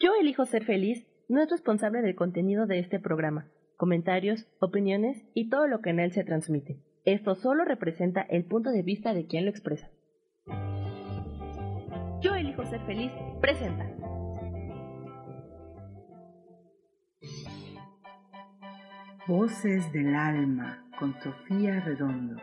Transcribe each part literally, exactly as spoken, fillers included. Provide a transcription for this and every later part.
Yo elijo ser feliz no es responsable del contenido de este programa, comentarios, opiniones y todo lo que en él se transmite. Esto solo representa el punto de vista de quien lo expresa. Yo elijo ser feliz presenta. Voces del alma con Sofía Redondo.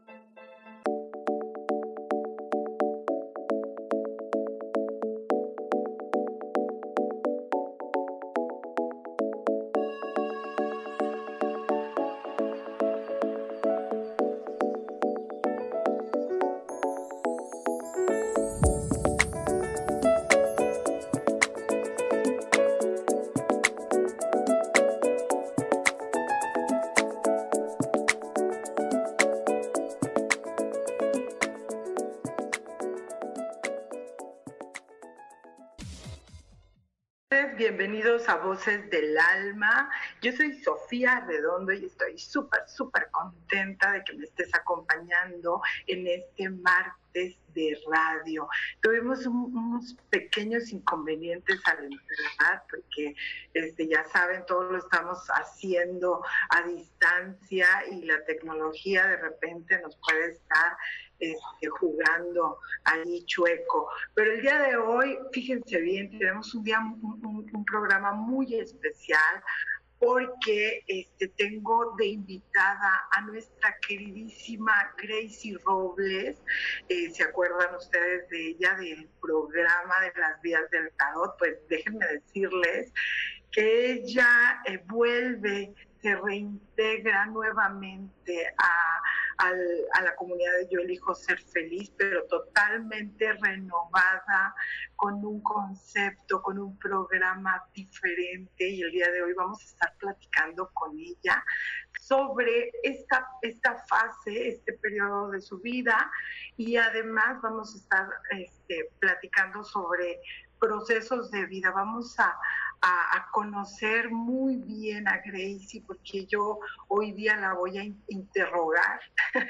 Bienvenidos a Voces del Alma. Yo soy Sofía Redondo y estoy súper, súper contenta de que me estés acompañando en este martes de radio. Tuvimos un, unos pequeños inconvenientes al entrar porque este, ya saben, todo lo estamos haciendo a distancia y la tecnología de repente nos puede estar Este, jugando ahí chueco. Pero el día de hoy, fíjense bien, tenemos un día, un, un, un programa muy especial porque este, tengo de invitada a nuestra queridísima Gracie Robles. Eh, ¿se acuerdan ustedes de ella, del programa de las vías del tarot? Pues déjenme decirles que ella eh, vuelve, se reintegra nuevamente a, a, a la comunidad de Yo Elijo Ser Feliz, pero totalmente renovada, con un concepto, con un programa diferente, y el día de hoy vamos a estar platicando con ella sobre esta, esta fase, este periodo de su vida, y además vamos a estar este, platicando sobre procesos de vida. Vamos a, a, a conocer muy bien a Gracie, porque yo hoy día la voy a in- interrogar.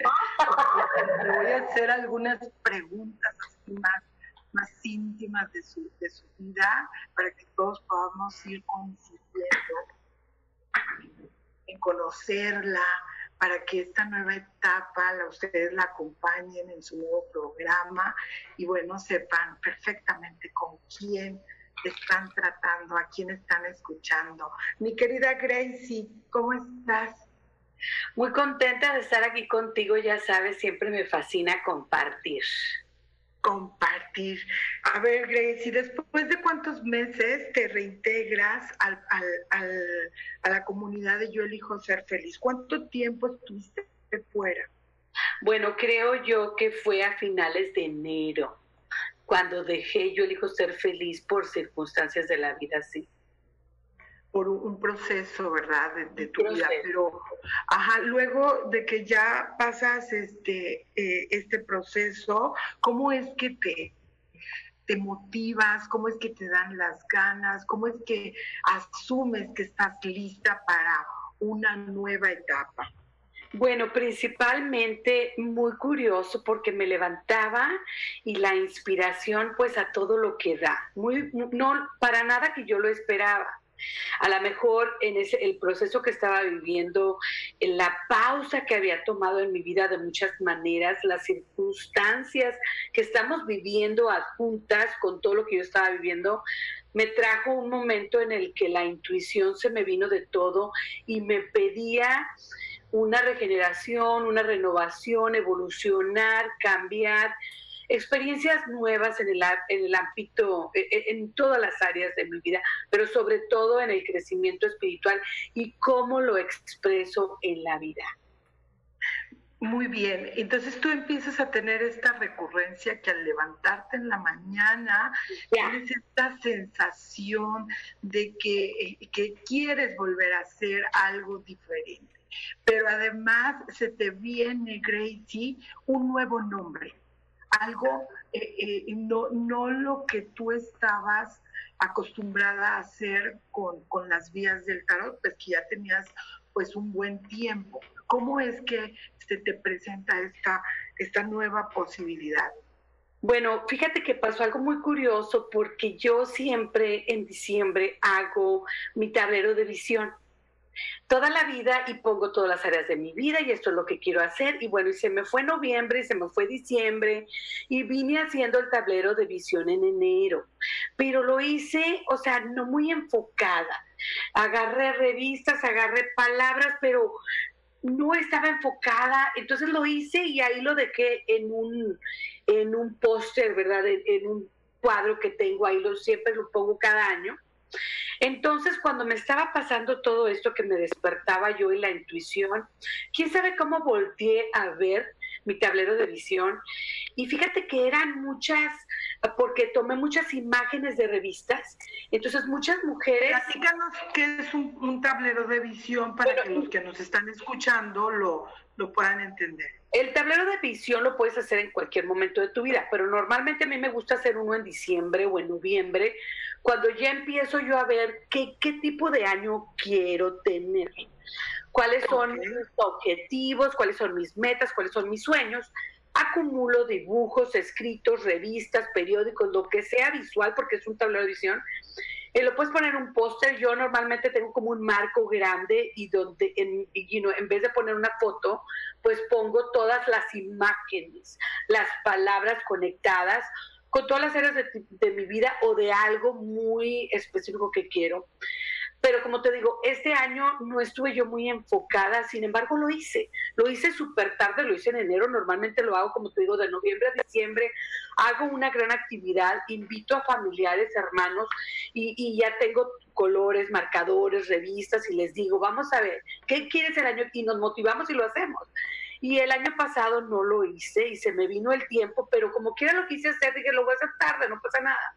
Le voy a hacer algunas preguntas así más, más íntimas de su, de su vida, para que todos podamos ir coincidiendo en conocerla, para que esta nueva etapa la, ustedes la acompañen en su nuevo programa y bueno, sepan perfectamente con quién están tratando, a quién están escuchando. Mi querida Gracie, ¿cómo estás? Muy contenta de estar aquí contigo, ya sabes, siempre me fascina compartir. Compartir. A ver, Gracie, ¿después de cuántos meses te reintegras al, al, al, a la comunidad de Yo Elijo Ser Feliz? ¿Cuánto tiempo estuviste fuera? Bueno, creo yo que fue a finales de enero, cuando dejé Yo Elijo Ser Feliz por circunstancias de la vida, sí. Por un, un proceso, ¿verdad? De, de tu proceso. vida, pero ajá, luego de que ya pasas este, eh, este proceso, ¿cómo es que te, te motivas? ¿Cómo es que te dan las ganas? ¿Cómo es que asumes que estás lista para una nueva etapa? Bueno, principalmente muy curioso porque me levantaba y la inspiración pues a todo lo que da. Muy, no, para nada que yo lo esperaba. A lo mejor en ese, el proceso que estaba viviendo, en la pausa que había tomado en mi vida de muchas maneras, las circunstancias que estamos viviendo adjuntas con todo lo que yo estaba viviendo, me trajo un momento en el que la intuición se me vino de todo y me pedía una regeneración, una renovación, evolucionar, cambiar, experiencias nuevas en el, en el ámbito, en, en todas las áreas de mi vida, pero sobre todo en el crecimiento espiritual y cómo lo expreso en la vida. Muy bien, entonces tú empiezas a tener esta recurrencia que al levantarte en la mañana yeah. tienes esta sensación de que, que quieres volver a hacer algo diferente, pero además se te viene, Gracie, un nuevo nombre. Algo, eh, eh, no, no lo que tú estabas acostumbrada a hacer con, con las vías del tarot, pues que ya tenías pues un buen tiempo. ¿Cómo es que se te presenta esta, esta nueva posibilidad? Bueno, fíjate que pasó algo muy curioso porque yo siempre en diciembre hago mi tablero de visión. Toda la vida y pongo todas las áreas de mi vida y esto es lo que quiero hacer. Y bueno, y se me fue noviembre y se me fue diciembre y vine haciendo el tablero de visión en enero. Pero lo hice, o sea, no muy enfocada. Agarré revistas, agarré palabras, pero no estaba enfocada, entonces lo hice y ahí lo dejé en un, en un póster, ¿verdad? En, en un cuadro que tengo ahí, lo, siempre lo pongo cada año. Entonces, cuando me estaba pasando todo esto que me despertaba yo y la intuición, quién sabe cómo volteé a ver mi tablero de visión. Y fíjate que eran muchas, porque tomé muchas imágenes de revistas, entonces muchas mujeres... Platícanos qué es un, un tablero de visión para bueno, que los que nos están escuchando lo, lo puedan entender. El tablero de visión lo puedes hacer en cualquier momento de tu vida, pero normalmente a mí me gusta hacer uno en diciembre o en noviembre, cuando ya empiezo yo a ver qué, qué tipo de año quiero tener, cuáles son okay. mis objetivos, cuáles son mis metas, cuáles son mis sueños. Acumulo dibujos, escritos, revistas, periódicos, lo que sea visual, porque es un tablero de visión. Eh, lo puedes poner en un póster. Yo normalmente tengo como un marco grande y donde en, you know, en vez de poner una foto, pues pongo todas las imágenes, las palabras conectadas con todas las áreas de, de mi vida o de algo muy específico que quiero. Pero como te digo, este año no estuve yo muy enfocada, sin embargo lo hice. Lo hice súper tarde, lo hice en enero, normalmente lo hago, como te digo, de noviembre a diciembre. Hago una gran actividad, invito a familiares, hermanos, y, y ya tengo colores, marcadores, revistas, y les digo, vamos a ver, ¿qué quieres el año? Y nos motivamos y lo hacemos. Y el año pasado no lo hice y se me vino el tiempo, pero como quiera lo quise hacer, dije, lo voy a hacer tarde, no pasa nada.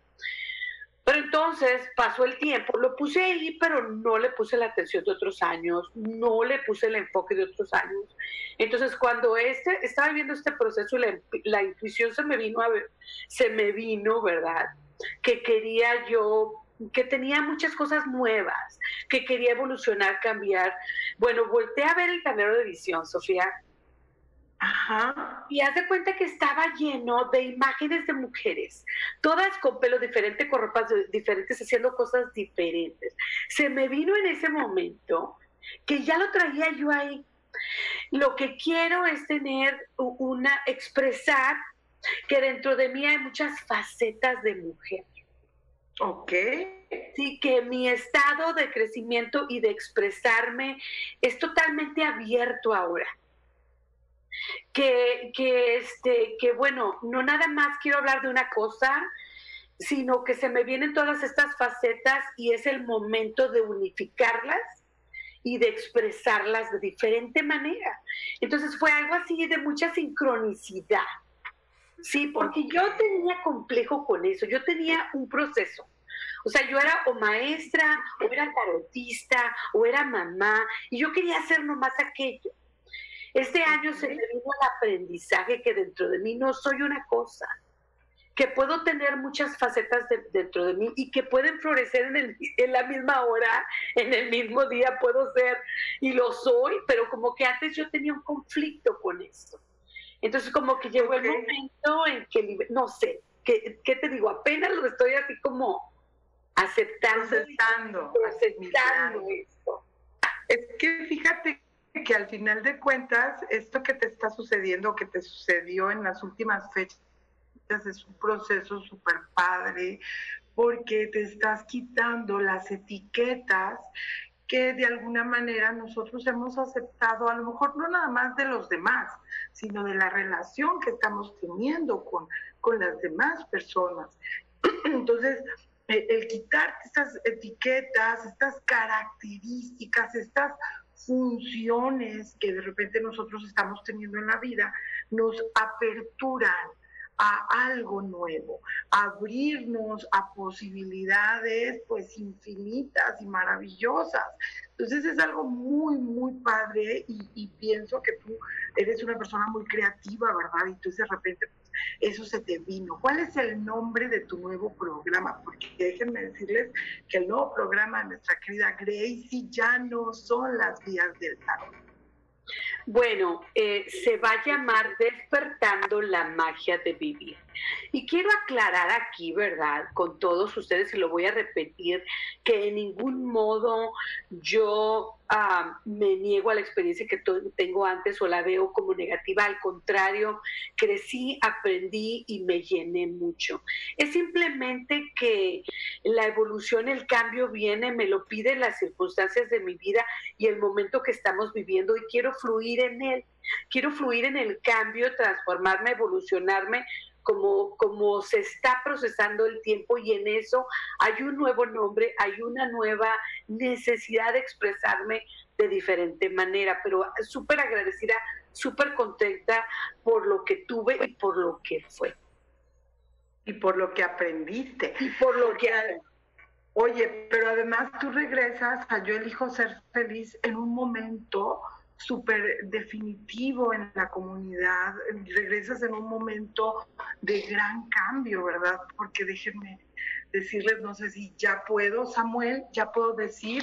Pero entonces pasó el tiempo, lo puse ahí, pero no le puse la atención de otros años, no le puse el enfoque de otros años. Entonces cuando este, estaba viviendo este proceso, la, la intuición se me vino a ver, se me vino, ¿verdad? Que quería yo, que tenía muchas cosas nuevas, que quería evolucionar, cambiar. Bueno, volteé a ver el tablero de visión, Sofía. Ajá. Y haz de cuenta que estaba lleno de imágenes de mujeres, todas con pelo diferente, con ropas diferentes, haciendo cosas diferentes. Se me vino en ese momento que ya lo traía yo ahí. Lo que quiero es tener una, expresar que dentro de mí hay muchas facetas de mujer. Ok. Sí, que mi estado de crecimiento y de expresarme es totalmente abierto ahora. Que, que, este, que bueno, no nada más quiero hablar de una cosa, sino que se me vienen todas estas facetas y es el momento de unificarlas y de expresarlas de diferente manera. Entonces fue algo así de mucha sincronicidad. Sí, porque yo tenía complejo con eso, yo tenía un proceso. O sea, yo era o maestra, o era tarotista, o era mamá, y yo quería hacer nomás aquello. Este año se me vino el aprendizaje que dentro de mí no soy una cosa, que puedo tener muchas facetas de, dentro de mí y que pueden florecer en, el, en la misma hora, en el mismo día puedo ser, y lo soy, pero como que antes yo tenía un conflicto con eso. Entonces como que llegó okay. el momento en que, no sé, ¿qué, qué te digo? Apenas lo estoy así como aceptando. Aceptando. Aceptando esto. Es que fíjate que al final de cuentas, esto que te está sucediendo, que te sucedió en las últimas fechas, es un proceso súper padre, porque te estás quitando las etiquetas que de alguna manera nosotros hemos aceptado, a lo mejor no nada más de los demás, sino de la relación que estamos teniendo con, con las demás personas. Entonces, el, el quitarte estas etiquetas, estas características, estas funciones que de repente nosotros estamos teniendo en la vida, nos aperturan a algo nuevo, a abrirnos a posibilidades pues infinitas y maravillosas. Entonces es algo muy, muy padre y, y pienso que tú eres una persona muy creativa, ¿verdad? Y entonces de repente pues, eso se te vino. ¿Cuál es el nombre de tu nuevo programa? Porque déjenme decirles que el nuevo programa de nuestra querida Gracie ya no son las vías del tarot. Bueno, eh, se va a llamar Despertando la Magia de Vivir. Y quiero aclarar aquí, ¿verdad? Con todos ustedes, y lo voy a repetir, que en ningún modo yo uh, me niego a la experiencia que tengo antes o la veo como negativa. Al contrario, crecí, aprendí y me llené mucho. Es simplemente que la evolución, el cambio viene, me lo piden las circunstancias de mi vida y el momento que estamos viviendo, y quiero fluir en él. Quiero fluir en el cambio, transformarme, evolucionarme, Como, como se está procesando el tiempo, y en eso hay un nuevo nombre, hay una nueva necesidad de expresarme de diferente manera, pero súper agradecida, súper contenta por lo que tuve y por lo que fue. Y por lo que aprendiste. Y por lo que... Oye, pero además tú regresas a Yo Elijo Ser Feliz en un momento súper definitivo en la comunidad, regresas en un momento de gran cambio, ¿verdad? Porque déjenme decirles, no sé si ya puedo, Samuel, ya puedo decir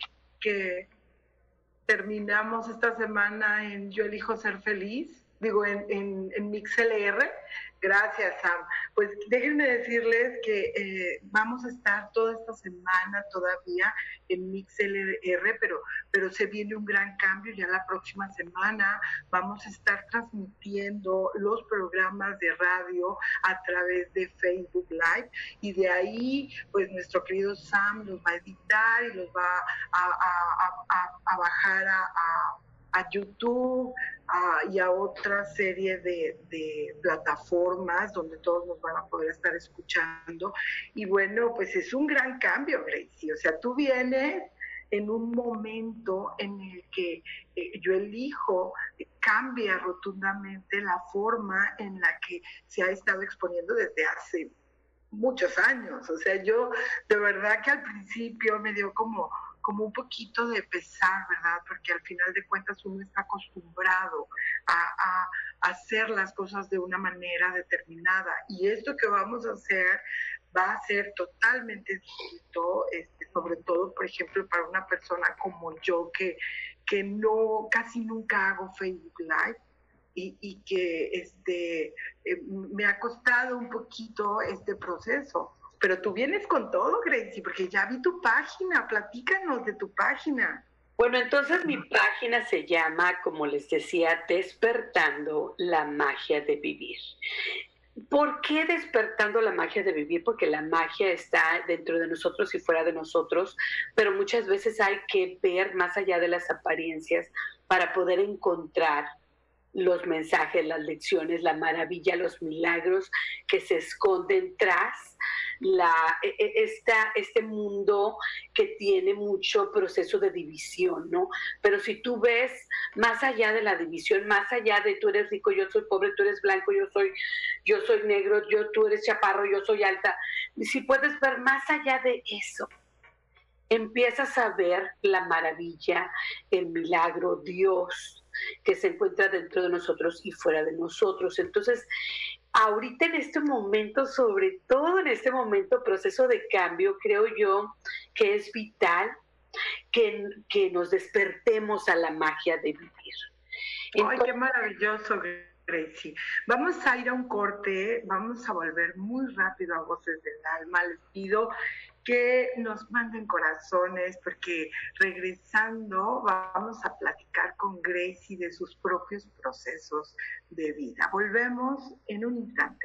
que terminamos esta semana en Yo Elijo Ser Feliz, digo, en, en, en MixLR. Gracias, Sam. Pues déjenme decirles que eh, vamos a estar toda esta semana todavía en MixLR, pero, pero se viene un gran cambio. Ya la próxima semana vamos a estar transmitiendo los programas de radio a través de Facebook Live, y de ahí, pues nuestro querido Sam los va a editar y los va a, a, a, a bajar a, a a YouTube uh, y a otra serie de, de plataformas donde todos nos van a poder estar escuchando. Y bueno, pues es un gran cambio, Gracie. O sea, tú vienes en un momento en el que eh, Yo Elijo eh, cambia rotundamente la forma en la que se ha estado exponiendo desde hace muchos años. O sea, yo de verdad que al principio me dio como como un poquito de pesar, ¿verdad? Porque al final de cuentas uno está acostumbrado a, a, a hacer las cosas de una manera determinada, y esto que vamos a hacer va a ser totalmente distinto, este, sobre todo, por ejemplo, para una persona como yo que, que no, casi nunca hago Facebook Live, y, y que este, eh, me ha costado un poquito este proceso. Pero tú vienes con todo, Gracie, porque ya vi tu página. Platícanos de tu página. Bueno, entonces mi página se llama, como les decía, Despertando la Magia de Vivir. ¿Por qué despertando la magia de vivir? Porque la magia está dentro de nosotros y fuera de nosotros, pero muchas veces hay que ver más allá de las apariencias para poder encontrar los mensajes, las lecciones, la maravilla, los milagros que se esconden tras la, esta, este mundo que tiene mucho proceso de división, ¿no? Pero si tú ves más allá de la división, más allá de tú eres rico, yo soy pobre, tú eres blanco, yo soy, yo soy negro, yo, tú eres chaparro, yo soy alta, si puedes ver más allá de eso, empiezas a ver la maravilla, el milagro, Dios, que se encuentra dentro de nosotros y fuera de nosotros. Entonces, ahorita en este momento, sobre todo en este momento, proceso de cambio, creo yo que es vital que, que nos despertemos a la magia de vivir. Entonces, ¡ay, qué maravilloso, Gracie! Vamos a ir a un corte, vamos a volver muy rápido a Voces del Alma. Les pido que nos manden corazones, porque regresando vamos a platicar con Gracie de sus propios procesos de vida. Volvemos en un instante.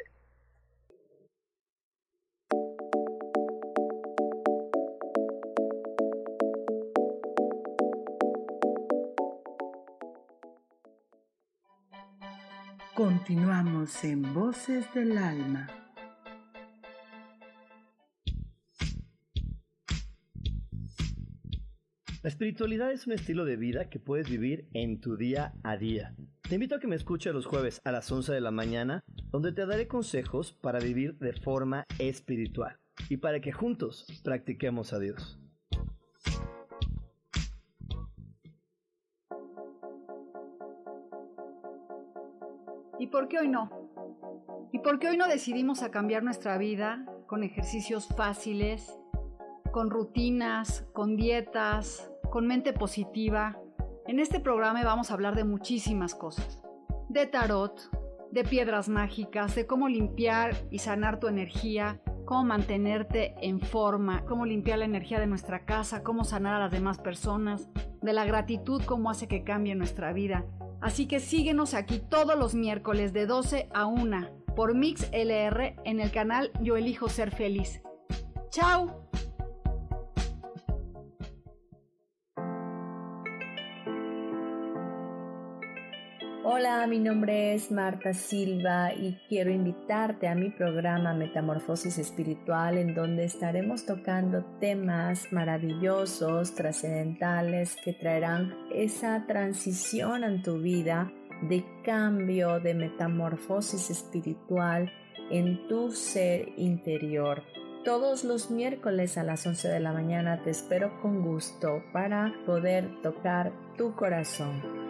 Continuamos en Voces del Alma. La espiritualidad es un estilo de vida que puedes vivir en tu día a día. Te invito a que me escuches los jueves a las once de la mañana, donde te daré consejos para vivir de forma espiritual y para que juntos practiquemos a Dios. ¿Y por qué hoy no? ¿Y por qué hoy no decidimos a cambiar nuestra vida con ejercicios fáciles, con rutinas, con dietas, con mente positiva, En este programa vamos a hablar de muchísimas cosas. De tarot, de piedras mágicas, de cómo limpiar y sanar tu energía, cómo mantenerte en forma, cómo limpiar la energía de nuestra casa, cómo sanar a las demás personas, de la gratitud, cómo hace que cambie nuestra vida. Así que síguenos aquí todos los miércoles de doce a una por Mix L R en el canal Yo Elijo Ser Feliz. ¡Chao! Hola, mi nombre es Marta Silva y quiero invitarte a mi programa Metamorfosis Espiritual, en donde estaremos tocando temas maravillosos, trascendentales, que traerán esa transición en tu vida de cambio, de metamorfosis espiritual en tu ser interior. Todos los miércoles a las once de la mañana te espero con gusto para poder tocar tu corazón.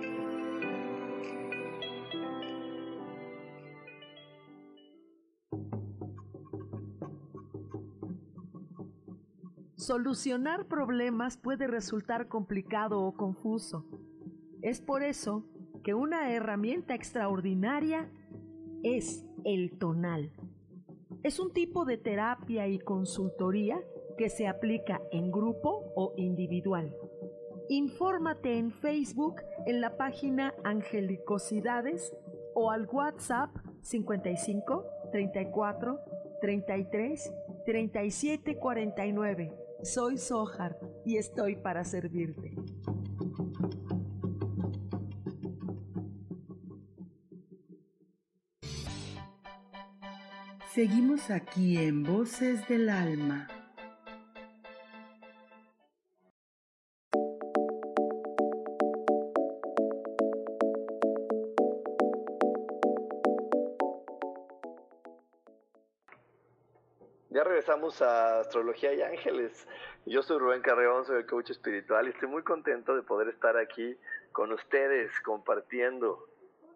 Solucionar problemas puede resultar complicado o confuso. Es por eso que una herramienta extraordinaria es el tonal. Es un tipo de terapia y consultoría que se aplica en grupo o individual. Infórmate en Facebook en la página Angelicosidades o al WhatsApp cincuenta y cinco, treinta y cuatro, treinta y tres, treinta y siete, cuarenta y nueve. Soy Sohar y estoy para servirte. Seguimos aquí en Voces del Alma. Ya regresamos a Astrología y Ángeles. Yo soy Rubén Carreón, soy el coach espiritual y estoy muy contento de poder estar aquí con ustedes compartiendo.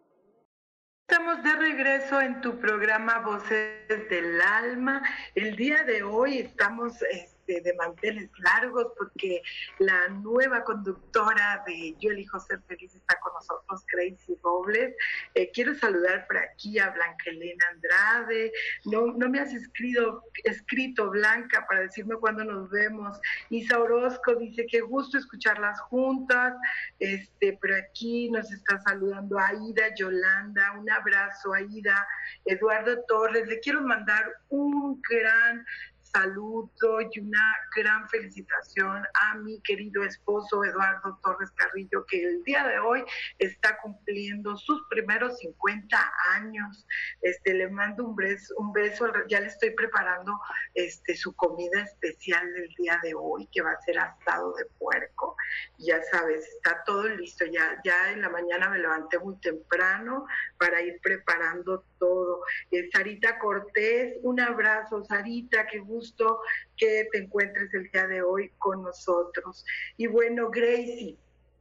Estamos de regreso en tu programa Voces del Alma. El día de hoy estamos este, de manteles largos porque la nueva conductora de Yo Elijo Ser Feliz está con nosotros, Gracie Robles. Eh, quiero saludar por aquí a Blanca Elena Andrade. No, no me has escrito, escrito, Blanca, para decirme cuándo nos vemos. Isa Orozco dice que gusto escucharlas juntas. Este, por aquí nos está saludando Aida Yolanda. Una abrazo, Aida. Eduardo Torres, le quiero mandar un gran saludo y una gran felicitación a mi querido esposo Eduardo Torres Carrillo, que el día de hoy está cumpliendo sus primeros cincuenta años. Este, le mando un beso, un beso, ya le estoy preparando este, su comida especial del día de hoy, que va a ser asado de puerco. Ya sabes, está todo listo. Ya, ya en la mañana me levanté muy temprano para ir preparando todo. Eh, Sarita Cortés, un abrazo, Sarita, qué gusto que te encuentres el día de hoy con nosotros. Y bueno, Gracie,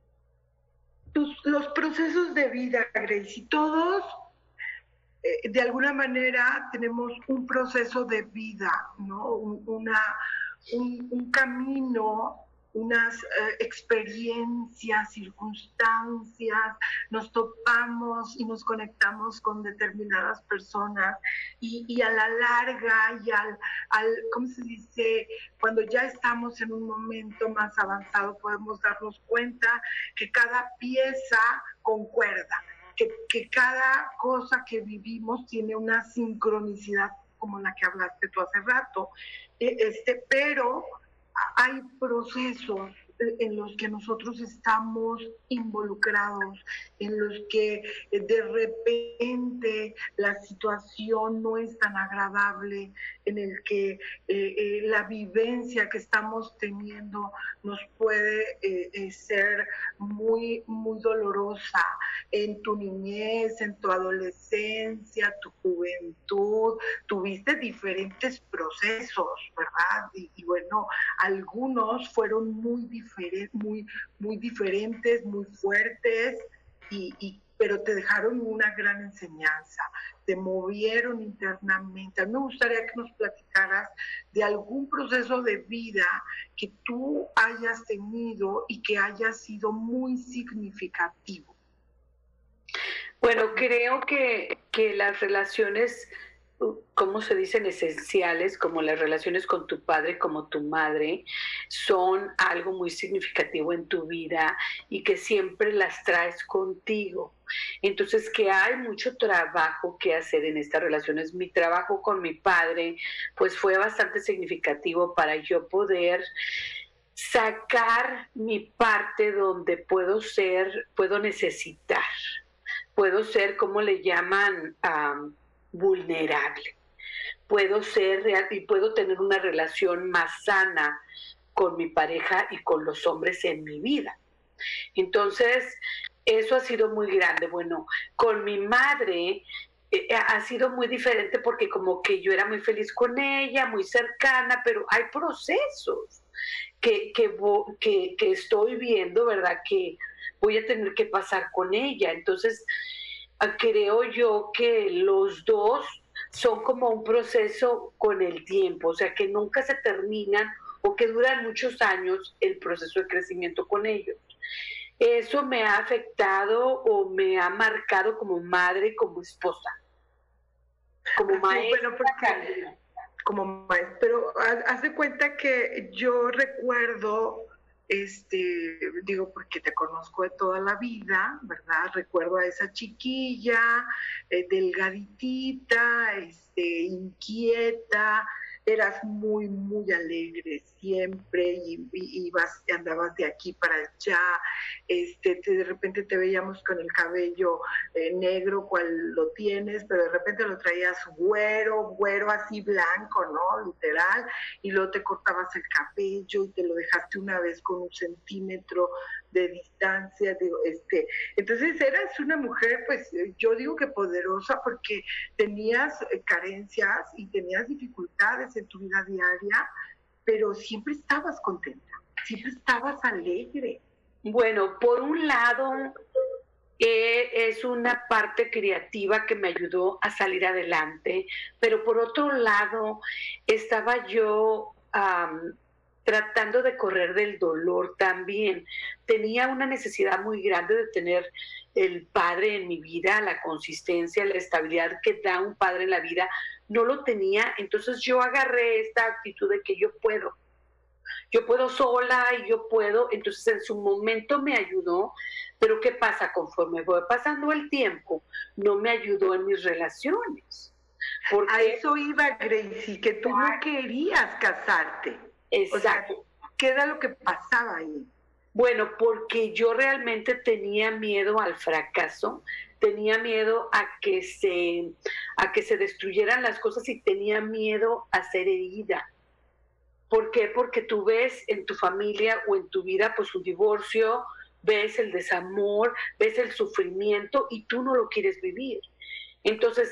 tus, los procesos de vida, Gracie, todos eh, de alguna manera tenemos un proceso de vida, ¿no? Un, una, un, un camino, unas eh, experiencias, circunstancias, nos topamos y nos conectamos con determinadas personas y, y a la larga y al, al, ¿cómo se dice? Cuando ya estamos en un momento más avanzado podemos darnos cuenta que cada pieza concuerda, que, que cada cosa que vivimos tiene una sincronicidad como la que hablaste tú hace rato, este, pero hay procesos en los que nosotros estamos involucrados, en los que de repente la situación no es tan agradable, en el que eh, eh, la vivencia que estamos teniendo nos puede eh, eh, ser muy, muy dolorosa en tu niñez, en tu adolescencia, tu juventud. Tuviste diferentes procesos, ¿verdad? Y, y bueno, algunos fueron muy diferentes, muy, muy diferentes, muy fuertes y, y pero te dejaron una gran enseñanza, te movieron internamente. A mí me gustaría que nos platicaras de algún proceso de vida que tú hayas tenido y que haya sido muy significativo. Bueno, creo que, que las relaciones, ¿cómo se dicen? Esenciales, como las relaciones con tu padre, como tu madre, son algo muy significativo en tu vida y que siempre las traes contigo. Entonces, que hay mucho trabajo que hacer en estas relaciones. Mi trabajo con mi padre, pues fue bastante significativo para yo poder sacar mi parte donde puedo ser, puedo necesitar. Puedo ser, ¿cómo le llaman? Um, vulnerable. Puedo ser real y puedo tener una relación más sana con mi pareja y con los hombres en mi vida. Entonces, eso ha sido muy grande. Bueno, con mi madre eh, ha sido muy diferente porque como que yo era muy feliz con ella, muy cercana, pero hay procesos que, que, que, que estoy viendo, ¿verdad? Que voy a tener que pasar con ella. Entonces, creo yo que los dos son como un proceso con el tiempo, o sea, que nunca se terminan o que duran muchos años el proceso de crecimiento con ellos. Eso me ha afectado o me ha marcado como madre, como esposa, como sí, maestra. Bueno, porque, como maestra, pero haz de cuenta que yo recuerdo... Este, digo, porque te conozco de toda la vida, ¿verdad? Recuerdo a esa chiquilla, eh, delgaditita, este, inquieta, eras muy, muy alegre siempre, y, y ibas, andabas de aquí para allá, este, te, de repente te veíamos con el cabello eh, negro, cual lo tienes, pero de repente lo traías güero, güero así blanco, ¿no? Literal, y luego te cortabas el cabello y te lo dejaste una vez con un centímetro de distancia, digo, este, entonces eras una mujer, pues yo digo que poderosa, porque tenías carencias y tenías dificultades en tu vida diaria, pero siempre estabas contenta, siempre estabas alegre. Bueno, por un lado, eh, es una parte creativa que me ayudó a salir adelante, pero por otro lado, estaba yo um, tratando de correr del dolor también. Tenía una necesidad muy grande de tener el padre en mi vida, la consistencia, la estabilidad que da un padre en la vida. No lo tenía, entonces yo agarré esta actitud de que yo puedo. Yo puedo sola y yo puedo, entonces en su momento me ayudó, pero ¿qué pasa? Conforme fue pasando el tiempo, no me ayudó en mis relaciones. Porque a eso iba, Gracie, que tú no querías casarte. Exacto. O sea, ¿qué era lo que pasaba ahí? Bueno, porque yo realmente tenía miedo al fracaso, tenía miedo a que se, a que se destruyeran las cosas y tenía miedo a ser herida. ¿Por qué? Porque tú ves en tu familia o en tu vida pues un divorcio, ves el desamor, ves el sufrimiento y tú no lo quieres vivir. Entonces,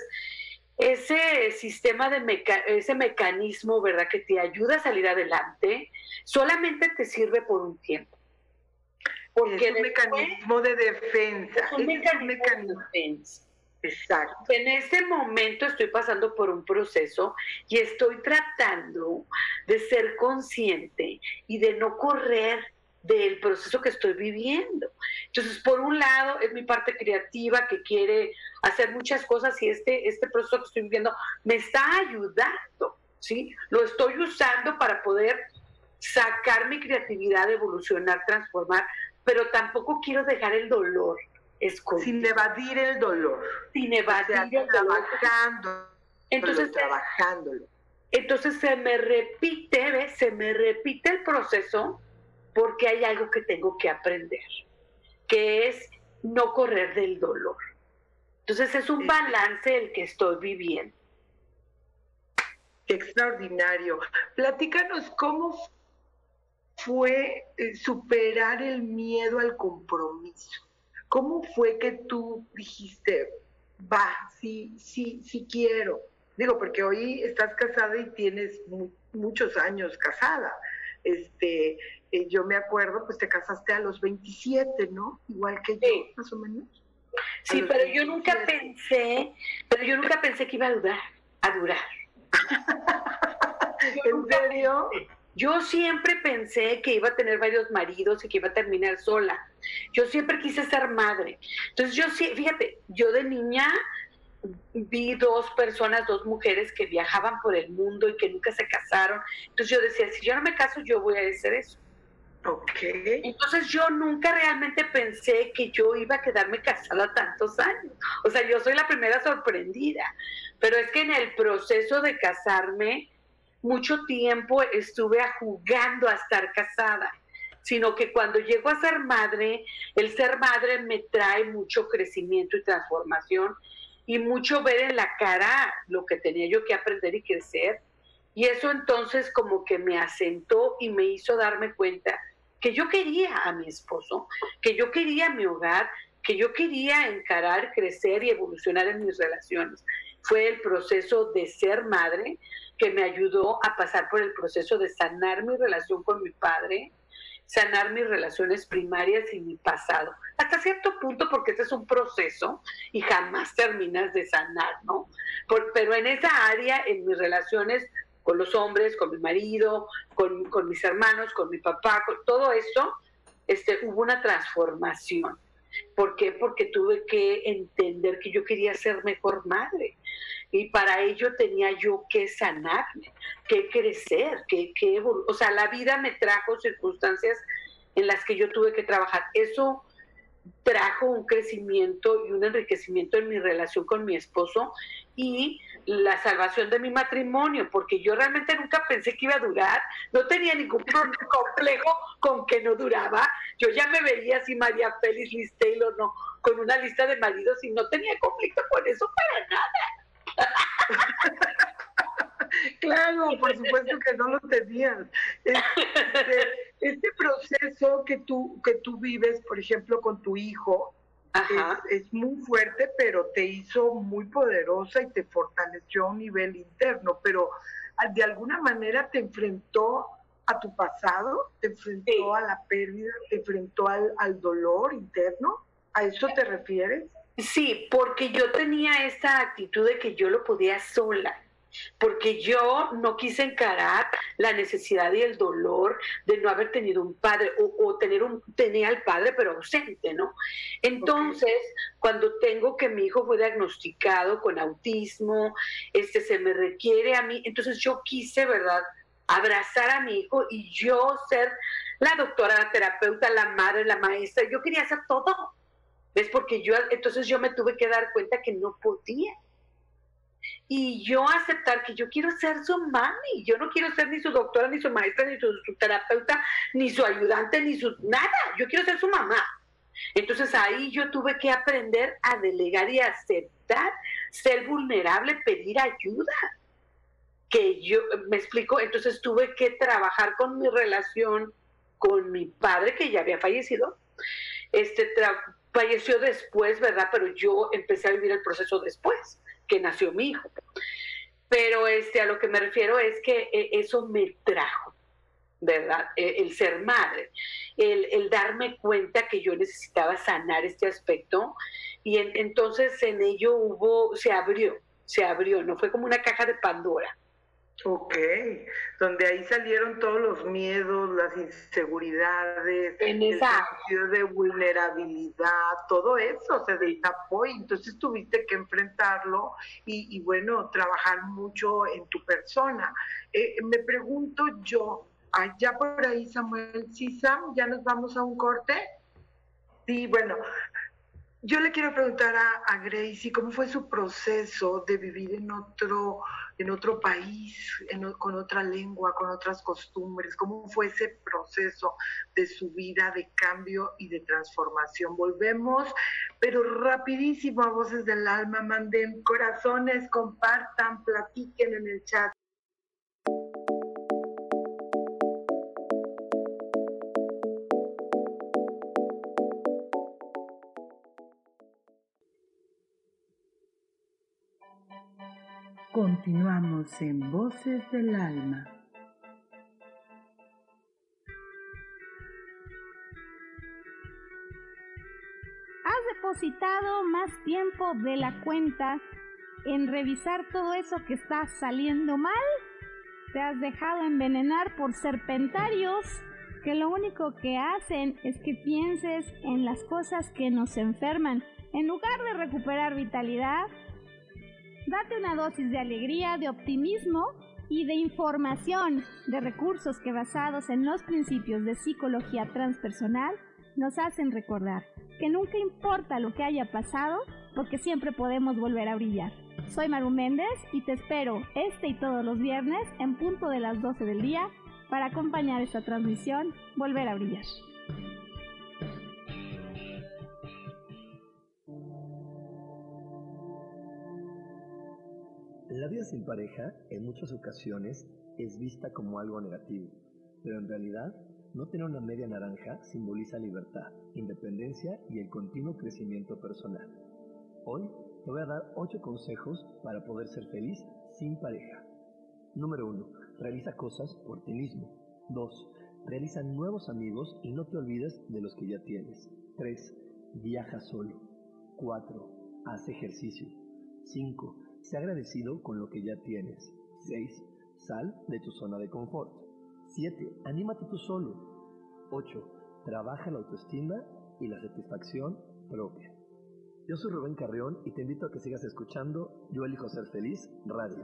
ese sistema de meca- ese mecanismo, ¿verdad?, que te ayuda a salir adelante, solamente te sirve por un tiempo. Porque es un mecanismo de defensa. Es un mecanismo de defensa. Exacto. En este momento estoy pasando por un proceso y estoy tratando de ser consciente y de no correr del proceso que estoy viviendo. Entonces, por un lado, es mi parte creativa que quiere hacer muchas cosas y este, este proceso que estoy viviendo me está ayudando, ¿sí? Lo estoy usando para poder sacar mi creatividad, evolucionar, transformar, pero tampoco quiero dejar el dolor escondido. Sin evadir el dolor. Sin evadir o sea, el dolor. Trabajando. Entonces, trabajándolo. Entonces se me repite, ¿ves? Se me repite el proceso porque hay algo que tengo que aprender, que es no correr del dolor. Entonces es un balance el que estoy viviendo. Qué extraordinario. Platícanos cómo fue superar el miedo al compromiso. ¿Cómo fue que tú dijiste, va, sí, sí, sí quiero? Digo, porque hoy estás casada y tienes mu- muchos años casada. Este, eh, yo me acuerdo, pues te casaste a los veintisiete, ¿no? Igual que yo, Sí. más o menos. Sí, pero yo nunca pensé, pero yo nunca pensé que iba a durar, a durar. ¿En serio? Yo siempre pensé que iba a tener varios maridos y que iba a terminar sola. Yo siempre quise ser madre. Entonces yo sí, fíjate, yo de niña vi dos personas, dos mujeres que viajaban por el mundo y que nunca se casaron. Entonces yo decía, si yo no me caso, yo voy a hacer eso. Ok. Entonces yo nunca realmente pensé que yo iba a quedarme casada tantos años. O sea, yo soy la primera sorprendida. Pero es que en el proceso de casarme, mucho tiempo estuve jugando a estar casada, sino que cuando llego a ser madre, el ser madre me trae mucho crecimiento y transformación y mucho ver en la cara lo que tenía yo que aprender y crecer. Y eso entonces como que me asentó y me hizo darme cuenta que yo quería a mi esposo, que yo quería mi hogar, que yo quería encarar, crecer y evolucionar en mis relaciones. Fue el proceso de ser madre que me ayudó a pasar por el proceso de sanar mi relación con mi padre, sanar mis relaciones primarias y mi pasado. Hasta cierto punto, porque este es un proceso y jamás terminas de sanar, ¿no? Por, pero en esa área, en mis relaciones con los hombres, con mi marido, con, con mis hermanos, con mi papá, con todo esto, este, hubo una transformación. ¿Por qué? Porque tuve que entender que yo quería ser mejor madre. Y para ello tenía yo que sanarme, que crecer, que, que evolu- o sea, la vida me trajo circunstancias en las que yo tuve que trabajar. Eso trajo un crecimiento y un enriquecimiento en mi relación con mi esposo y la salvación de mi matrimonio, porque yo realmente nunca pensé que iba a durar, no tenía ningún complejo con que no duraba. Yo ya me veía así María Félix, Liz Taylor, no, con una lista de maridos y no tenía conflicto con eso para nada. Claro, por supuesto que no lo tenían. Este, este proceso que tú, que tú vives, por ejemplo, con tu hijo, es, es muy fuerte, pero te hizo muy poderosa y te fortaleció a un nivel interno, pero de alguna manera te enfrentó a tu pasado, te enfrentó sí. a la pérdida, te enfrentó al, al dolor interno. ¿A eso te refieres? Sí, porque yo tenía esta actitud de que yo lo podía sola, porque yo no quise encarar la necesidad y el dolor de no haber tenido un padre, o, o tener un, tenía al padre pero ausente, ¿no? Entonces, okay. cuando tengo que mi hijo fue diagnosticado con autismo, este, se me requiere a mí, entonces yo quise, ¿verdad?, abrazar a mi hijo y yo ser la doctora, la terapeuta, la madre, la maestra, yo quería hacer todo. ¿Ves? Porque yo, entonces yo me tuve que dar cuenta que no podía. Y yo aceptar que yo quiero ser su mami, yo no quiero ser ni su doctora, ni su maestra, ni su, su terapeuta, ni su ayudante, ni su nada, yo quiero ser su mamá. Entonces ahí yo tuve que aprender a delegar y a aceptar, ser vulnerable, pedir ayuda. Que yo, me explico, entonces tuve que trabajar con mi relación con mi padre, que ya había fallecido, este tra- falleció después, ¿verdad? Pero yo empecé a vivir el proceso después, que nació mi hijo. Pero este, a lo que me refiero es que eh, eso me trajo, ¿verdad? El, el ser madre, el, el darme cuenta que yo necesitaba sanar este aspecto y en, entonces en ello hubo, se abrió, se abrió, no fue como una caja de Pandora. Ok, donde ahí salieron todos los miedos, las inseguridades, en el esa... sentido de vulnerabilidad, todo eso se destapó y entonces tuviste que enfrentarlo y, y bueno, trabajar mucho en tu persona. Eh, me pregunto yo, allá por ahí Samuel, ¿sí, Sam? ¿Ya nos vamos a un corte? Sí, bueno, yo le quiero preguntar a, a Gracie cómo fue su proceso de vivir en otro, en otro país, en, con otra lengua, con otras costumbres. ¿Cómo fue ese proceso de su vida, de cambio y de transformación? Volvemos, pero rapidísimo a Voces del Alma. Manden corazones, compartan, platiquen en el chat. Continuamos en Voces del Alma. has depositado más tiempo de la cuenta en revisar todo eso que está saliendo mal? ¿Te has dejado envenenar por serpentarios que lo único que hacen es que pienses en las cosas que nos enferman en lugar de recuperar vitalidad? Date una dosis de alegría, de optimismo y de información, de recursos que basados en los principios de psicología transpersonal nos hacen recordar que nunca importa lo que haya pasado, porque siempre podemos volver a brillar. Soy Maru Méndez y te espero este y todos los viernes en punto de las doce del día para acompañar esta transmisión Volver a Brillar. La vida sin pareja en muchas ocasiones es vista como algo negativo, pero en realidad no tener una media naranja simboliza libertad, independencia y el continuo crecimiento personal. Hoy te voy a dar ocho consejos para poder ser feliz sin pareja. Número uno. Realiza cosas por ti mismo. dos. Realiza nuevos amigos y no te olvides de los que ya tienes. tres. Viaja solo. cuatro. Haz ejercicio. cinco. Sé agradecido con lo que ya tienes. seis. Sal de tu zona de confort. siete. Anímate tú solo. ocho. Trabaja la autoestima y la satisfacción propia. Yo soy Rubén Carrión y te invito a que sigas escuchando Yo Elijo Ser Feliz Radio.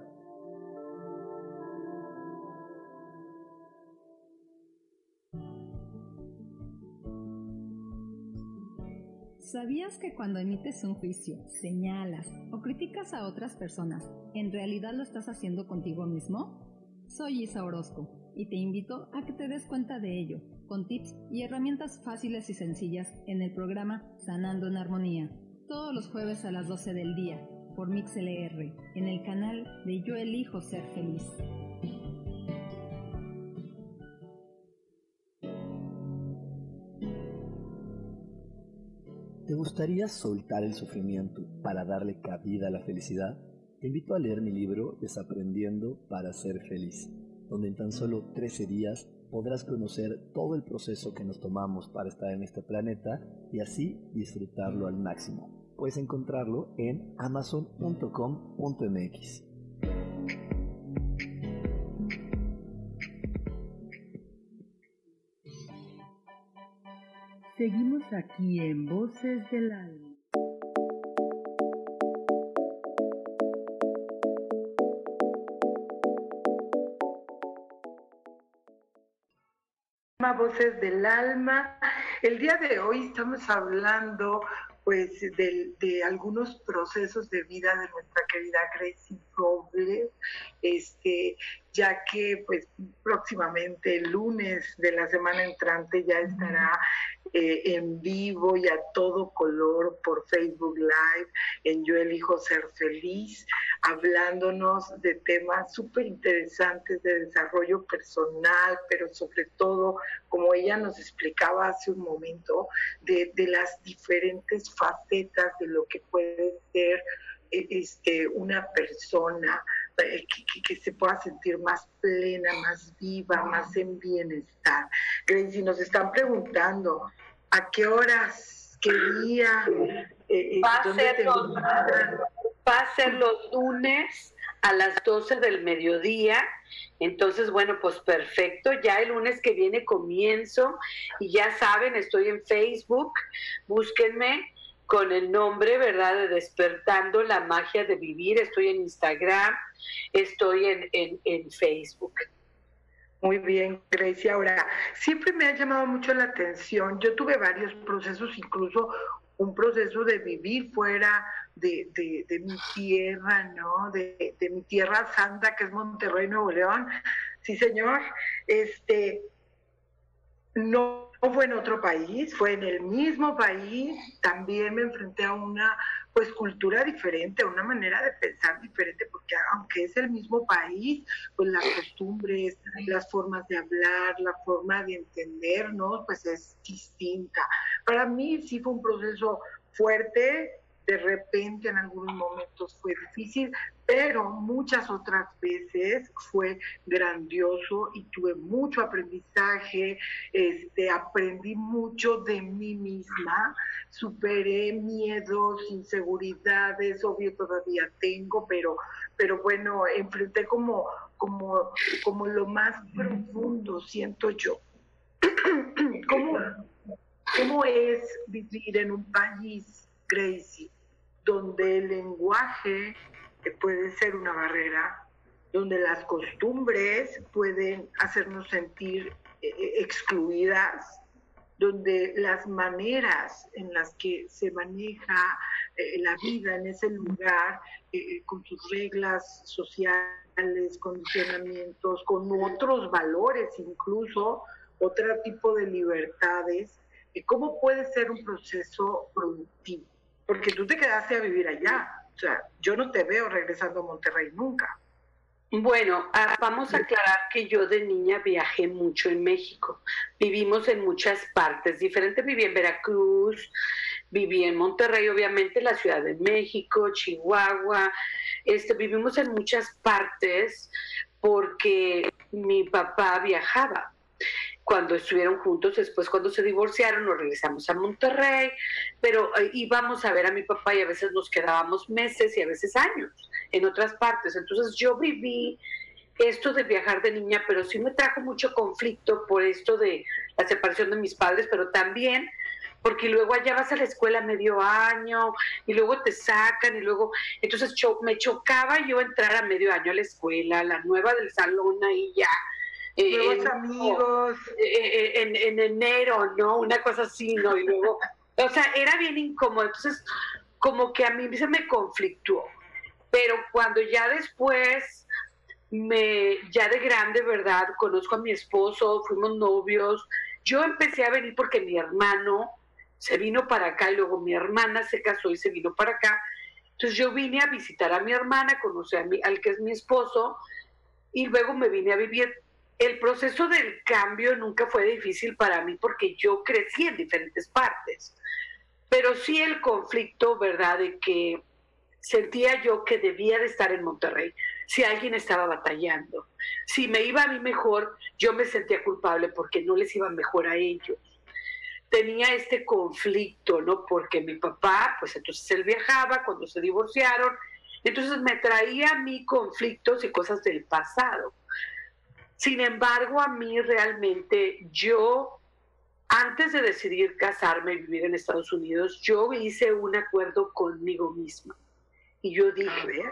¿Sabías que cuando emites un juicio, señalas o criticas a otras personas, en realidad lo estás haciendo contigo mismo? Soy Isa Orozco y te invito a que te des cuenta de ello, con tips y herramientas fáciles y sencillas en el programa Sanando en Armonía, todos los jueves a las doce del día, por MixLR, en el canal de Yo Elijo Ser Feliz. ¿Te gustaría soltar el sufrimiento para darle cabida a la felicidad? Te invito a leer mi libro Desaprendiendo para Ser Feliz, donde en tan solo trece días podrás conocer todo el proceso que nos tomamos para estar en este planeta y así disfrutarlo al máximo. Puedes encontrarlo en amazon punto com punto m x. Seguimos aquí en Voces del Alma. Voces del Alma. El día de hoy estamos hablando pues de, de algunos procesos de vida de nuestra querida Gracie Robles, este, ya que pues próximamente el lunes de la semana entrante ya estará eh, en vivo y a todo color por Facebook Live en Yo Elijo Ser Feliz, hablándonos de temas súper interesantes de desarrollo personal, pero sobre todo, como ella nos explicaba hace un momento, de, de las diferentes facetas de lo que puede ser este, una persona eh, que, que se pueda sentir más plena, más viva, más en bienestar. Gracie, nos están preguntando, ¿a qué horas, qué día? Eh, va, a ¿dónde ser te los, va a ser los lunes a las doce del mediodía. Entonces, bueno, pues perfecto, ya el lunes que viene comienzo y ya saben, estoy en Facebook, búsquenme con el nombre, ¿verdad?, de Despertando la Magia de Vivir. Estoy en Instagram, estoy en, en, en Facebook. Muy bien, Gracie. Ahora, siempre me ha llamado mucho la atención, yo tuve varios procesos, incluso un proceso de vivir fuera de, de, de mi tierra, ¿no? De, de mi tierra santa, que es Monterrey, Nuevo León. Sí, señor. Este, no fue en otro país, fue en el mismo país. También me enfrenté a una pues cultura diferente, a una manera de pensar diferente, porque aunque es el mismo país, pues las costumbres, las formas de hablar, la forma de entendernos, pues es distinta. Para mí sí fue un proceso fuerte, de repente en algunos momentos fue difícil, pero muchas otras veces fue grandioso y tuve mucho aprendizaje, este, aprendí mucho de mí misma, superé miedos, inseguridades, obvio todavía tengo, pero, pero bueno, enfrenté como, como, como lo más profundo, siento yo. ¿Cómo, ¿Cómo es vivir en un país, Gracie, donde el lenguaje puede ser una barrera, donde las costumbres pueden hacernos sentir eh, excluidas, donde las maneras en las que se maneja eh, la vida en ese lugar, eh, con sus reglas sociales, condicionamientos, con otros valores incluso, otro tipo de libertades, eh, ¿cómo puede ser un proceso productivo? Porque tú te quedaste a vivir allá, o sea, yo no te veo regresando a Monterrey nunca. Bueno, vamos a aclarar que yo de niña viajé mucho en México. Vivimos en muchas partes diferentes. Viví en Veracruz, viví en Monterrey, obviamente, la Ciudad de México, Chihuahua. Este, vivimos en muchas partes porque mi papá viajaba. Cuando estuvieron juntos, después cuando se divorciaron, nos regresamos a Monterrey, pero eh, íbamos a ver a mi papá y a veces nos quedábamos meses y a veces años en otras partes. Entonces yo viví esto de viajar de niña, pero sí me trajo mucho conflicto por esto de la separación de mis padres, pero también porque luego allá vas a la escuela medio año y luego te sacan y luego, entonces cho- me chocaba yo entrar a medio año a la escuela, la nueva del salón ahí ya. Eh, Nuevos amigos. Eh, en, en enero, ¿no? Una cosa así, ¿no? Y luego, o sea, era bien incómodo. Entonces, como que a mí se me conflictuó. Pero cuando ya después, me, ya de grande, ¿verdad? Conozco a mi esposo, fuimos novios. Yo empecé a venir porque mi hermano se vino para acá y luego mi hermana se casó y se vino para acá. Entonces yo vine a visitar a mi hermana, conocí a mi, al que es mi esposo y luego me vine a vivir. El proceso del cambio nunca fue difícil para mí porque yo crecí en diferentes partes, pero sí el conflicto, ¿verdad?, de que sentía yo que debía de estar en Monterrey, si alguien estaba batallando. Si me iba a mí mejor, yo me sentía culpable porque no les iba mejor a ellos. Tenía este conflicto, ¿no?, porque mi papá, pues entonces él viajaba cuando se divorciaron, entonces me traía a mí conflictos y cosas del pasado. Sin embargo, a mí realmente, yo, antes de decidir casarme y vivir en Estados Unidos, yo hice un acuerdo conmigo misma. Y yo dije,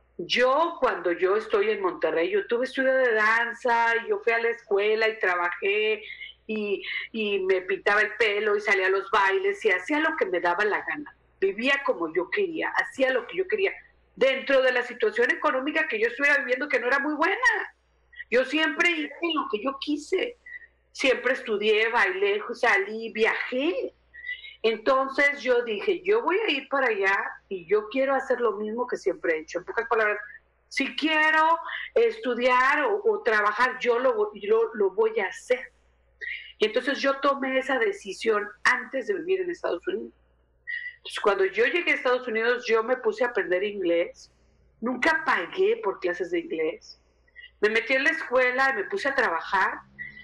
yo cuando yo estoy en Monterrey, yo tuve estudio de danza, y yo fui a la escuela y trabajé, y, y me pintaba el pelo y salía a los bailes y hacía lo que me daba la gana. Vivía como yo quería, hacía lo que yo quería, dentro de la situación económica que yo estuviera viviendo, que no era muy buena. Yo siempre hice lo que yo quise, siempre estudié, bailé, salí, viajé. Entonces yo dije, yo voy a ir para allá y yo quiero hacer lo mismo que siempre he hecho. En pocas palabras, si quiero estudiar o, o trabajar, yo lo, lo, lo voy a hacer. Y entonces yo tomé esa decisión antes de vivir en Estados Unidos. Entonces cuando yo llegué a Estados Unidos, yo me puse a aprender inglés. Nunca pagué por clases de inglés. Me metí en la escuela, me puse a trabajar,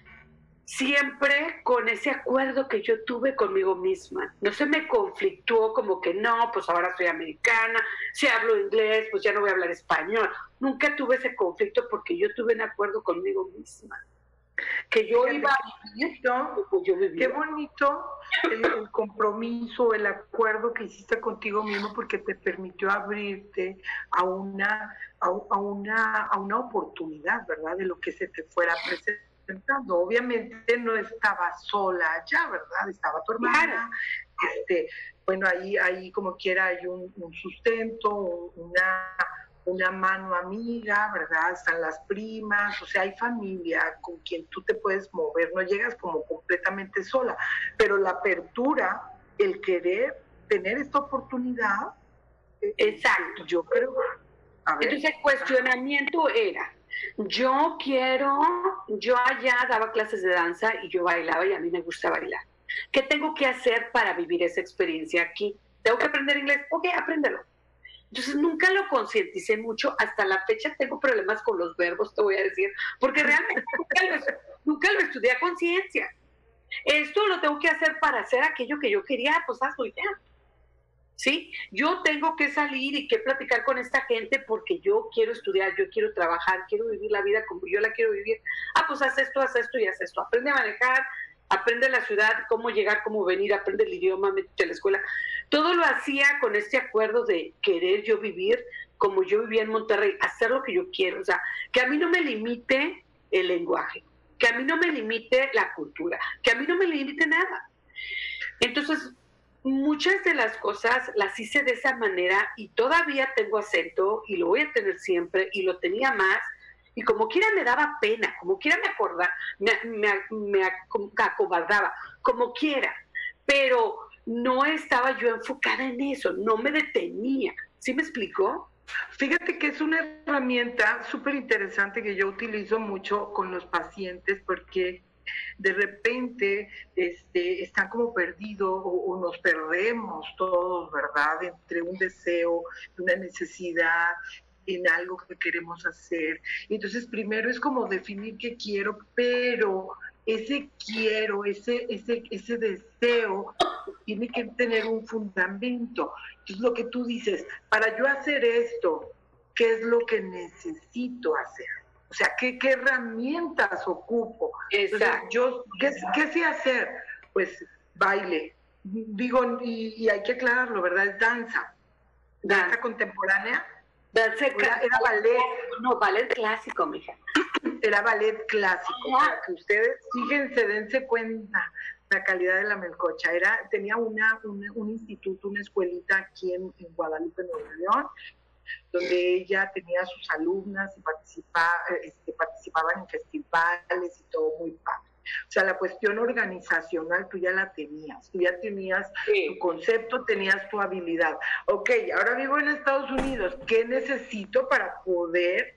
siempre con ese acuerdo que yo tuve conmigo misma. No se me conflictuó como que no, pues ahora soy americana, si hablo inglés, pues ya no voy a hablar español. Nunca tuve ese conflicto porque yo tuve un acuerdo conmigo misma. Que yo Fíjate, iba a vivir, pues yo vivía. Qué bonito el, el compromiso, el acuerdo que hiciste contigo mismo porque te permitió abrirte a una, a, a una, a una oportunidad, ¿verdad? De lo que se te fuera presentando. Obviamente no estabas sola allá, ¿verdad? Estaba tu hermana. Claro. Este, bueno, ahí, ahí como quiera hay un, un sustento, una... una mano amiga, ¿verdad? Están las primas, o sea, hay familia con quien tú te puedes mover, no llegas como completamente sola, pero la apertura, el querer tener esta oportunidad, exacto, yo creo. A ver. Entonces el cuestionamiento era, yo quiero, yo allá daba clases de danza y yo bailaba y a mí me gusta bailar. ¿Qué tengo que hacer para vivir esa experiencia aquí? tengo que aprender inglés, ok, apréndelo. Entonces nunca lo concienticé mucho, hasta la fecha tengo problemas con los verbos, te voy a decir, porque realmente nunca, lo, nunca lo estudié a conciencia. Esto lo tengo que hacer para hacer aquello que yo quería, pues hazlo ya. ¿Sí? Yo tengo que salir y que platicar con esta gente porque yo quiero estudiar, yo quiero trabajar, quiero vivir la vida como yo la quiero vivir. Ah, pues haz esto, haz esto y haz esto. Aprende a manejar, aprende la ciudad, cómo llegar, cómo venir, aprende el idioma, métete a la escuela. Todo lo hacía con este acuerdo de querer yo vivir como yo vivía en Monterrey, hacer lo que yo quiero. O sea, que a mí no me limite el lenguaje, que a mí no me limite la cultura, que a mí no me limite nada. Entonces, muchas de las cosas las hice de esa manera y todavía tengo acento y lo voy a tener siempre y lo tenía más y como quiera me daba pena, como quiera me acordaba, me, me, me acobardaba, como quiera, pero no estaba yo enfocada en eso, no me detenía. ¿Sí me explicó? Fíjate que es una herramienta súper interesante que yo utilizo mucho con los pacientes porque de repente este, están como perdidos o, o nos perdemos todos, ¿verdad? Entre un deseo, una necesidad, en algo que queremos hacer. Entonces, primero es como definir qué quiero, pero ese quiero, ese, ese, ese deseo, tiene que tener un fundamento. Entonces, lo que tú dices, para yo hacer esto, ¿qué es lo que necesito hacer? O sea, ¿qué, qué herramientas ocupo? Entonces, yo, ¿qué, ¿qué sé hacer? Pues baile. Digo, y, y hay que aclararlo, ¿verdad? Es danza. Danza, danza contemporánea. Danza era, era ballet. No, ballet clásico, mija. Era ballet clásico. Para que ustedes, fíjense, dense cuenta la calidad de la melcocha. Era, tenía una, un, un instituto, una escuelita aquí en, en Guadalupe, Nuevo León, donde ella tenía sus alumnas y participa, este, participaban en festivales y todo muy padre. O sea, la cuestión organizacional tú ya la tenías, tú ya tenías sí. tu concepto, tenías tu habilidad. Ok, ahora vivo en Estados Unidos, ¿qué necesito para poder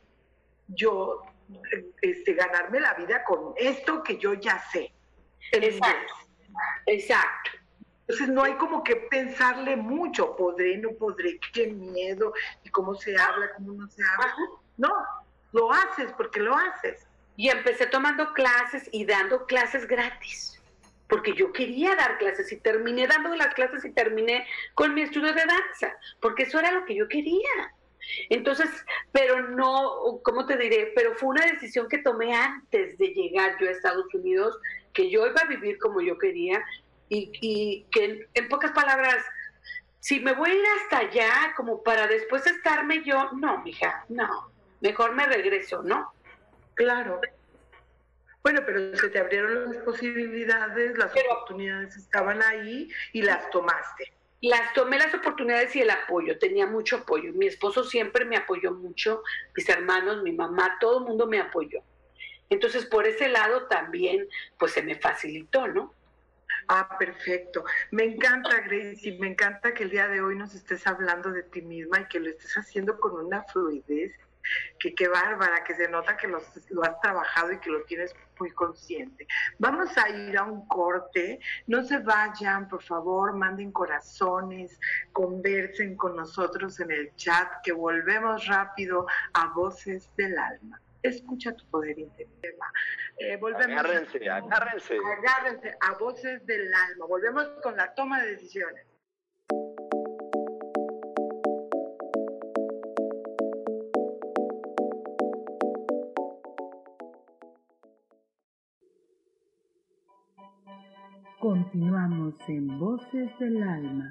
yo este, ganarme la vida con esto que yo ya sé? Exacto, exacto. Entonces no hay como que pensarle mucho, podré, no podré, qué miedo, y cómo se habla, cómo no se habla. No, lo haces porque lo haces. Y empecé tomando clases y dando clases gratis, porque yo quería dar clases y terminé dando las clases y terminé con mi estudio de danza, porque eso era lo que yo quería. Entonces, pero no, ¿cómo te diré? Pero fue una decisión que tomé antes de llegar yo a Estados Unidos, que yo iba a vivir como yo quería y, y que en, en pocas palabras, si me voy a ir hasta allá como para después estarme yo, no, mija, no, mejor me regreso, ¿no? Claro. Bueno, pero se te abrieron las posibilidades, las pero, oportunidades estaban ahí y las tomaste. Las tomé las oportunidades y el apoyo, tenía mucho apoyo. Mi esposo siempre me apoyó mucho, mis hermanos, mi mamá, todo el mundo me apoyó. Entonces, por ese lado también, pues se me facilitó, ¿no? Ah, perfecto. Me encanta, Gracie, me encanta que el día de hoy nos estés hablando de ti misma y que lo estés haciendo con una fluidez. Que qué bárbara, que se nota que los, lo has trabajado y que lo tienes muy consciente. Vamos a ir a un corte, no se vayan, por favor, manden corazones, conversen con nosotros en el chat, que volvemos rápido a Voces del Alma. Escucha tu poder interior. Eh, volvemos agárrense, a, agárrense. Agárrense a Voces del Alma. Volvemos con la toma de decisiones. Continuamos en Voces del Alma.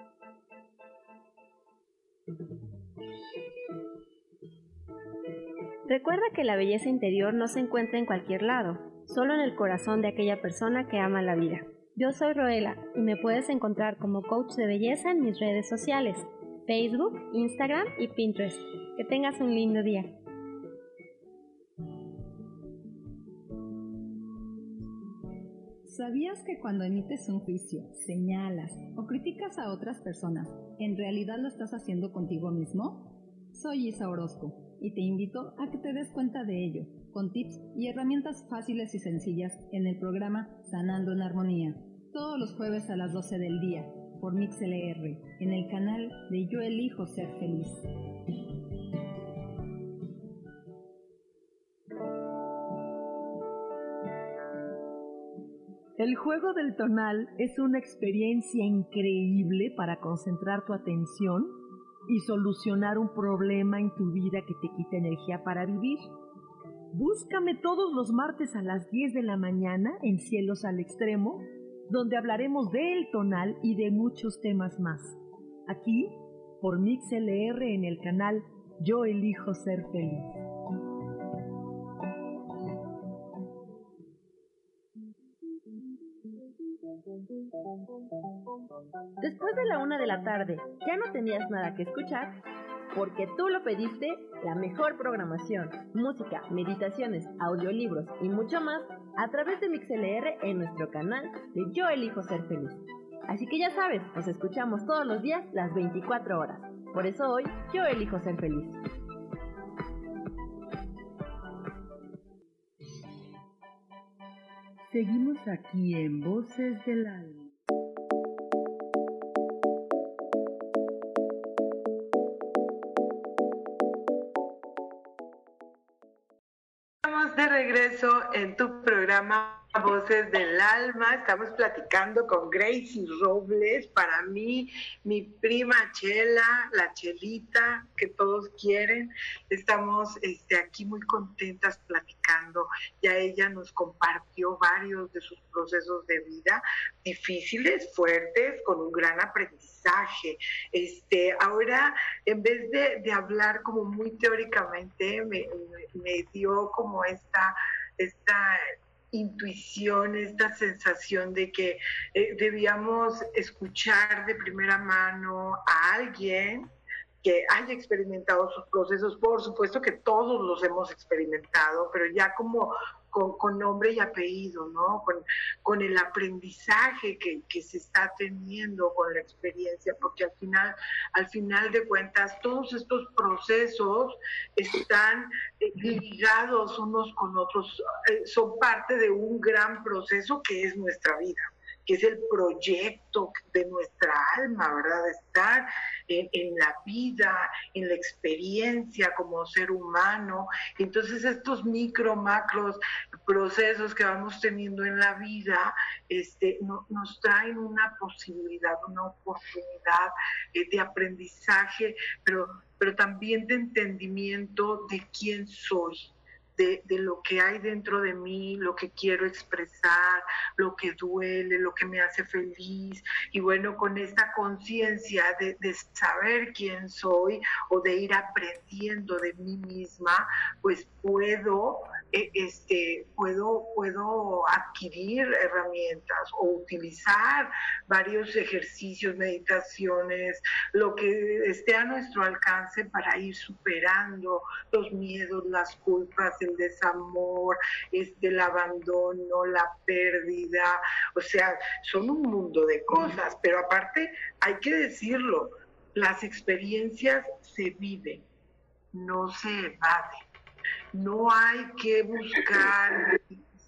Recuerda que la belleza interior no se encuentra en cualquier lado, solo en el corazón de aquella persona que ama la vida. Yo soy Roela y me puedes encontrar como coach de belleza en mis redes sociales, Facebook, Instagram y Pinterest. Que tengas un lindo día. ¿Sabías que cuando emites un juicio, señalas o criticas a otras personas, en realidad lo estás haciendo contigo mismo? Soy Isa Orozco y te invito a que te des cuenta de ello, con tips y herramientas fáciles y sencillas en el programa Sanando en Armonía, todos los jueves a las doce del día, por MixLR, en el canal de Yo Elijo Ser Feliz. El juego del tonal es una experiencia increíble para concentrar tu atención y solucionar un problema en tu vida que te quita energía para vivir. Búscame todos los martes a las diez de la mañana en Cielos al Extremo, donde hablaremos del tonal y de muchos temas más. Aquí, por MixLR en el canal Yo Elijo Ser Feliz. Después de la una de la tarde, ¿ya no tenías nada que escuchar? Porque tú lo pediste, la mejor programación, música, meditaciones, audiolibros y mucho más a través de MixLR en nuestro canal de Yo Elijo Ser Feliz. Así que ya sabes, nos escuchamos todos los días las veinticuatro horas. Por eso hoy, yo elijo ser feliz. Seguimos aquí en Voces del Alma. Estamos de regreso en tu programa Voces del Alma. Estamos platicando con Gracie Robles, para mí, mi prima Chela, la Chelita, que todos quieren. Estamos este, aquí muy contentas platicando. Ya ella nos compartió varios de sus procesos de vida, difíciles, fuertes, con un gran aprendizaje. Este, ahora, en vez de, de hablar como muy teóricamente, me, me, me dio como esta... esta intuición, esta sensación de que eh, debíamos escuchar de primera mano a alguien que haya experimentado sus procesos. Por supuesto que todos los hemos experimentado, pero ya como con, con nombre y apellido, ¿no? Con, con el aprendizaje que, que se está teniendo con la experiencia, porque al final, al final de cuentas, todos estos procesos están eh, ligados unos con otros, eh, son parte de un gran proceso que es nuestra vida, que es el proyecto de nuestra alma, ¿verdad? Estar en, en la vida, en la experiencia como ser humano. Entonces estos micro, macros procesos que vamos teniendo en la vida este, no, nos traen una posibilidad, una oportunidad eh, de aprendizaje, pero, pero también de entendimiento de quién soy. De, de lo que hay dentro de mí, lo que quiero expresar, lo que duele, lo que me hace feliz. Y bueno, con esta conciencia de, de saber quién soy o de ir aprendiendo de mí misma, pues puedo, eh, este, puedo, puedo adquirir herramientas o utilizar varios ejercicios, meditaciones, lo que esté a nuestro alcance para ir superando los miedos, las culpas, el desamor, este, el abandono, la pérdida. O sea, son un mundo de cosas, pero aparte hay que decirlo, las experiencias se viven, no se evaden. No hay que buscar,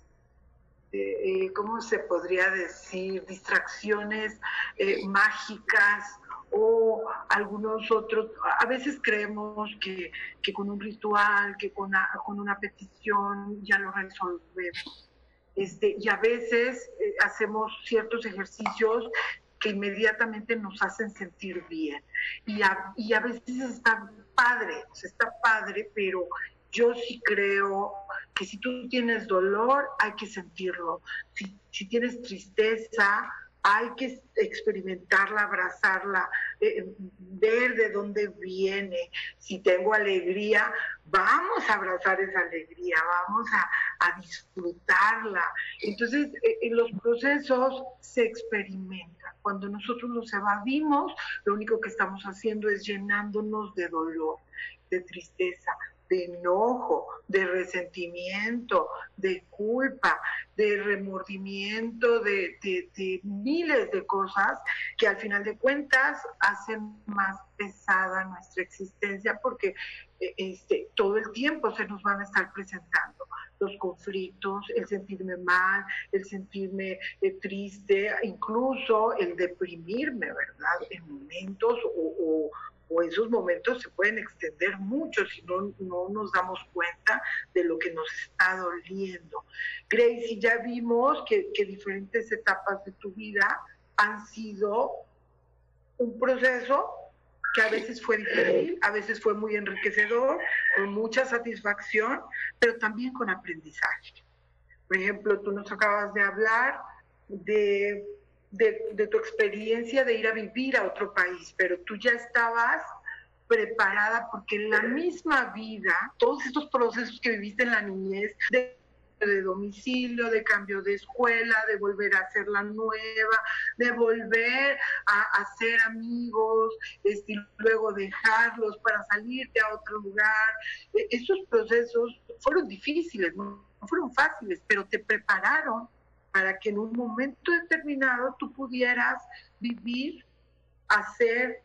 eh, ¿cómo se podría decir?, distracciones eh, mágicas, o algunos otros. A veces creemos que, que con un ritual, que con una, con una petición ya lo resolvemos. Este, y a veces eh, hacemos ciertos ejercicios que inmediatamente nos hacen sentir bien. Y a, y a veces está padre, o sea, está padre, pero yo sí creo que si tú tienes dolor, hay que sentirlo. Si, si tienes tristeza, hay que experimentarla, abrazarla, eh, ver de dónde viene. Si tengo alegría, vamos a abrazar esa alegría, vamos a, a disfrutarla. Entonces, eh, los procesos se experimentan. Cuando nosotros los evadimos, lo único que estamos haciendo es llenándonos de dolor, de tristeza, de enojo, de resentimiento, de culpa, de remordimiento, de, de, de miles de cosas que al final de cuentas hacen más pesada nuestra existencia, porque este, todo el tiempo se nos van a estar presentando. los conflictos, el sentirme mal, el sentirme eh, triste, incluso el deprimirme, ¿verdad? En momentos o, o, o esos momentos se pueden extender mucho si no, no nos damos cuenta de lo que nos está doliendo. Gracie, ya vimos que, que diferentes etapas de tu vida han sido un proceso que a veces fue difícil, a veces fue muy enriquecedor, con mucha satisfacción, pero también con aprendizaje. Por ejemplo, tú nos acabas de hablar de, de, de tu experiencia de ir a vivir a otro país, pero tú ya estabas preparada porque en la misma vida, todos estos procesos que viviste en la niñez, de de domicilio, de cambio de escuela, de volver a hacer la nueva, de volver a hacer amigos, este, y luego dejarlos para salirte a otro lugar. Esos procesos fueron difíciles, no fueron fáciles, pero te prepararon para que en un momento determinado tú pudieras vivir, hacer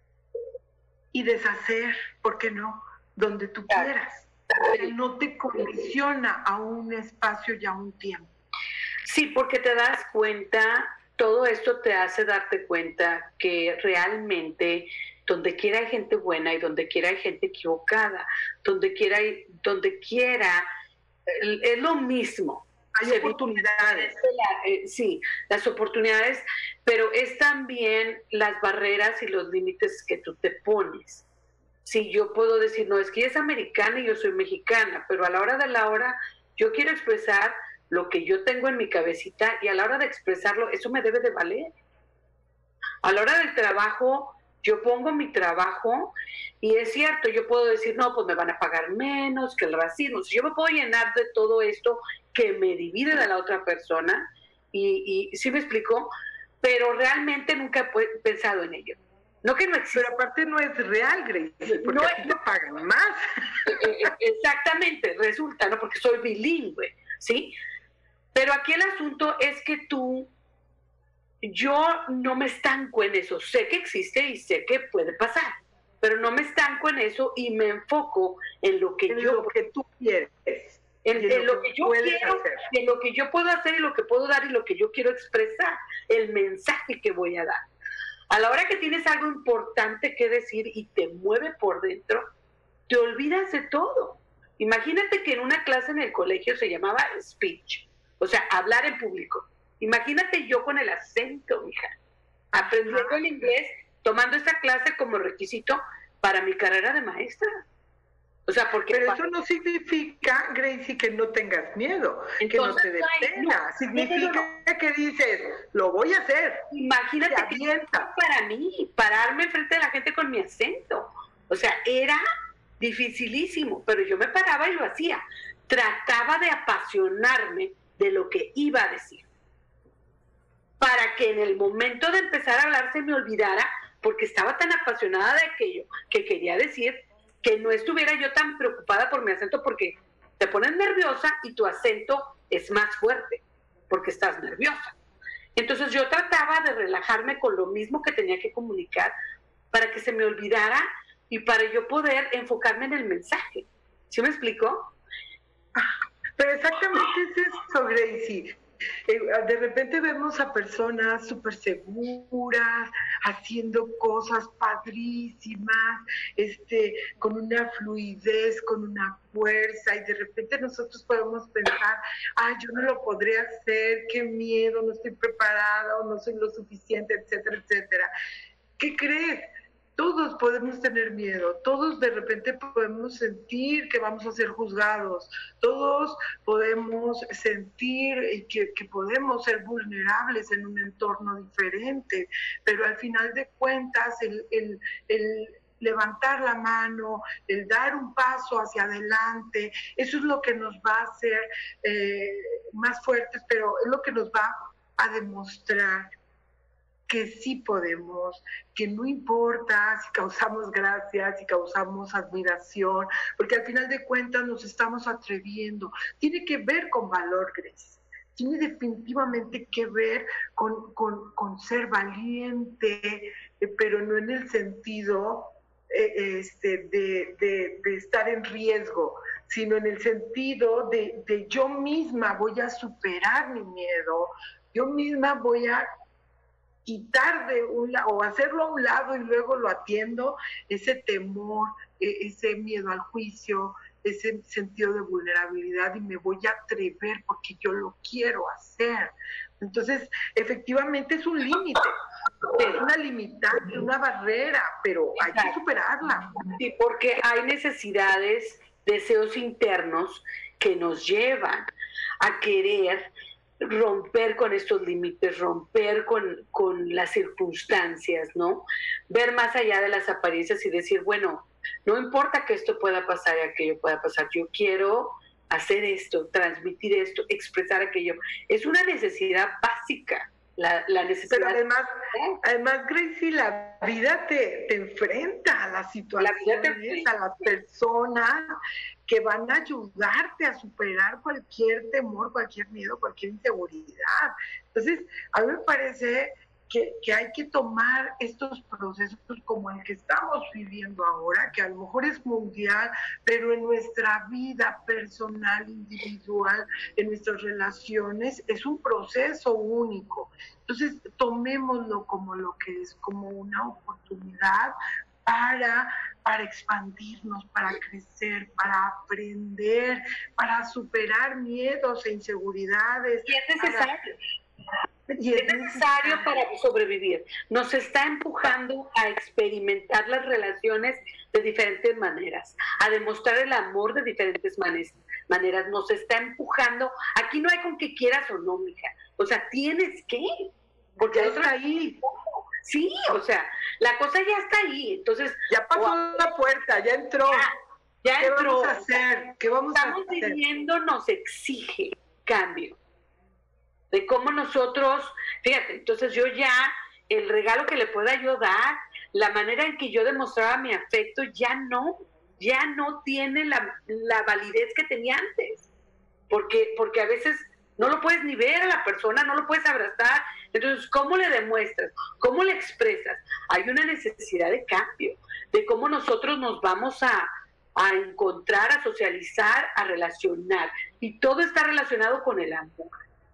y deshacer, ¿por qué no? Donde tú quieras. Que no te condiciona a un espacio y a un tiempo. Sí, porque te das cuenta, todo esto te hace darte cuenta que realmente donde quiera hay gente buena y donde quiera hay gente equivocada, donde quiera, hay, donde quiera es lo mismo. Hay oportunidades. La, eh, sí, las oportunidades, pero es también las barreras y los límites que tú te pones. Sí, yo puedo decir, no, es que ella es americana y yo soy mexicana, pero a la hora de la hora yo quiero expresar lo que yo tengo en mi cabecita y a la hora de expresarlo, eso me debe de valer. A la hora del trabajo, yo pongo mi trabajo y es cierto, yo puedo decir, no, pues me van a pagar menos, que el racismo. Si yo me puedo llenar de todo esto que me divide de la otra persona, y, y ¿sí me explico? Pero realmente nunca he pensado en ello. No que no existe. Pero aparte no es real, Gracie, porque no, aquí te pagan más. Exactamente, resulta, ¿no? Porque soy bilingüe, ¿sí? Pero aquí el asunto es que tú, yo no me estanco en eso. Sé que existe y sé que puede pasar, pero no me estanco en eso y me enfoco en lo que en yo... lo que tú quieres. En, en, en lo, lo que, que yo quiero, hacer. en lo que yo puedo hacer y lo que puedo dar y lo que yo quiero expresar, el mensaje que voy a dar. A la hora que tienes algo importante que decir y te mueve por dentro, te olvidas de todo. Imagínate que en una clase en el colegio se llamaba speech, o sea, hablar en público. Imagínate yo con el acento, mija, aprendiendo ah, el inglés, tomando esta clase como requisito para mi carrera de maestra. O sea, porque pero eso no significa, Gracie, que no tengas miedo, entonces, que no te dé pena. No, significa no, no. que dices, lo voy a hacer. Imagínate que para mí, pararme frente a la gente con mi acento. O sea, era dificilísimo, pero yo me paraba y lo hacía. Trataba de apasionarme de lo que iba a decir. Para que en el momento de empezar a hablar se me olvidara, porque estaba tan apasionada de aquello que quería decir, que no estuviera yo tan preocupada por mi acento, porque te pones nerviosa y tu acento es más fuerte, porque estás nerviosa. Entonces yo trataba de relajarme con lo mismo que tenía que comunicar para que se me olvidara y para yo poder enfocarme en el mensaje. ¿Sí me explico? Pero exactamente es eso, Gracie. De repente vemos a personas súper seguras, haciendo cosas padrísimas, este, con una fluidez, con una fuerza, y de repente nosotros podemos pensar, ay, yo no lo podré hacer, qué miedo, no estoy preparada, o no soy lo suficiente, etcétera, etcétera. ¿Qué crees? Todos podemos tener miedo, todos de repente podemos sentir que vamos a ser juzgados, todos podemos sentir que, que podemos ser vulnerables en un entorno diferente, pero al final de cuentas el, el, el levantar la mano, el dar un paso hacia adelante, eso es lo que nos va a hacer eh, más fuertes, pero es lo que nos va a demostrar que sí podemos, que no importa si causamos gracia, si causamos admiración, porque al final de cuentas nos estamos atreviendo. Tiene que ver con valor, Grace. Tiene definitivamente que ver con, con, con ser valiente, eh, pero no en el sentido eh, este, de, de, de estar en riesgo, sino en el sentido de, de yo misma voy a superar mi miedo, yo misma voy a quitar de un lado o hacerlo a un lado y luego lo atiendo, ese temor, ese miedo al juicio, ese sentido de vulnerabilidad, y me voy a atrever porque yo lo quiero hacer. Entonces, efectivamente es un límite, es una limitante, una barrera, pero hay que superarla. Sí, porque hay necesidades, deseos internos que nos llevan a querer romper con estos límites, romper con, con las circunstancias, ¿no? Ver más allá de las apariencias y decir, bueno, no importa que esto pueda pasar y aquello pueda pasar, yo quiero hacer esto, transmitir esto, expresar aquello. Es una necesidad básica, la, la necesidad. Pero además, además, Gracie, la vida te, te enfrenta a las situaciones, a las personas que van a ayudarte a superar cualquier temor, cualquier miedo, cualquier inseguridad. Entonces, a mí me parece que, que hay que tomar estos procesos como el que estamos viviendo ahora, que a lo mejor es mundial, pero en nuestra vida personal, individual, en nuestras relaciones, es un proceso único. Entonces, tomémoslo como lo que es, como una oportunidad para, para expandirnos, para crecer, para aprender, para superar miedos e inseguridades. Y es necesario. Para, y es, es necesario para sobrevivir. Nos está empujando a experimentar las relaciones de diferentes maneras, a demostrar el amor de diferentes maneras. maneras. Nos está empujando. Aquí no hay con que quieras o no, mija. O sea, tienes que. Porque ya está ahí. Sí, o sea, la cosa ya está ahí, entonces... Ya pasó wow. la puerta, ya entró. Ya, ya ¿Qué entró. vamos a hacer? ¿Qué vamos Estamos a hacer? viviendo, nos exige cambio. De cómo nosotros... Fíjate, entonces yo ya, el regalo que le pueda yo dar, la manera en que yo demostraba mi afecto, ya no, ya no tiene la, la validez que tenía antes. Porque, porque a veces... no lo puedes ni ver a la persona, no lo puedes abrazar. Entonces, ¿cómo le demuestras? ¿Cómo le expresas? Hay una necesidad de cambio, de cómo nosotros nos vamos a, a encontrar, a socializar, a relacionar. Y todo está relacionado con el amor.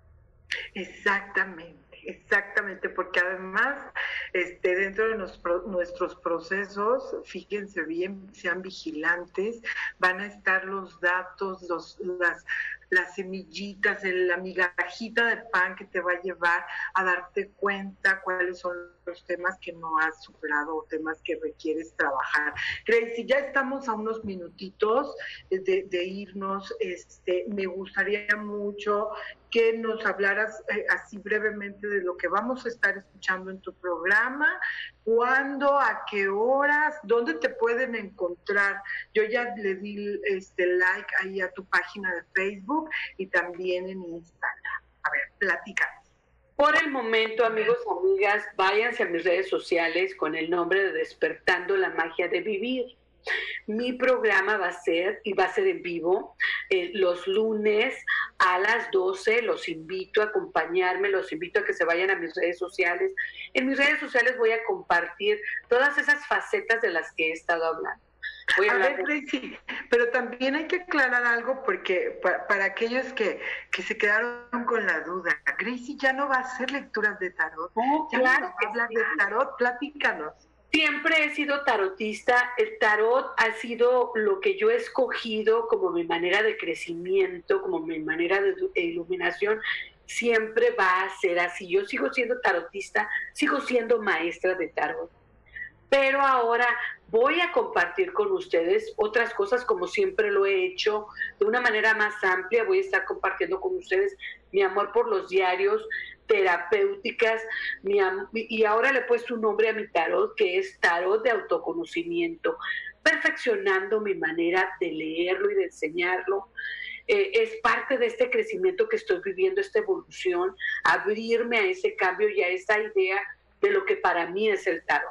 Exactamente. Exactamente, porque además este, dentro de nos, nuestros procesos, fíjense bien, sean vigilantes, van a estar los datos, los, las, las semillitas, la migajita de pan que te va a llevar a darte cuenta cuáles son los temas que no has superado o temas que requieres trabajar. Gracie, ya estamos a unos minutitos de, de irnos. Este, me gustaría mucho que nos hablaras eh, así brevemente de lo que vamos a estar escuchando en tu programa, cuándo, a qué horas, dónde te pueden encontrar. Yo ya le di este like ahí a tu página de Facebook y también en Instagram. A ver, platícanos. Por el momento, amigos, amigas, váyanse a mis redes sociales con el nombre de Despertando la Magia de Vivir. Mi programa va a ser, y va a ser en vivo, eh, los lunes a las doce. Los invito a acompañarme, los invito a que se vayan a mis redes sociales. En mis redes sociales voy a compartir todas esas facetas de las que he estado hablando. Voy a, a ver, de... Gracie, pero también hay que aclarar algo porque para, para aquellos que, que se quedaron con la duda, Gracie ya no va a hacer lecturas de tarot. Oh, ya claro no va a hablar de tarot, platícanos. Siempre he sido tarotista. El tarot ha sido lo que yo he escogido como mi manera de crecimiento, como mi manera de iluminación. Siempre va a ser así. Yo sigo siendo tarotista, sigo siendo maestra de tarot. Pero ahora voy a compartir con ustedes otras cosas como siempre lo he hecho, de una manera más amplia. Voy a estar compartiendo con ustedes mi amor por los diarios, terapéuticas, mi am- y ahora le he puesto un nombre a mi tarot, que es tarot de autoconocimiento, perfeccionando mi manera de leerlo y de enseñarlo. Eh, es parte de este crecimiento que estoy viviendo, esta evolución, abrirme a ese cambio y a esa idea de lo que para mí es el tarot.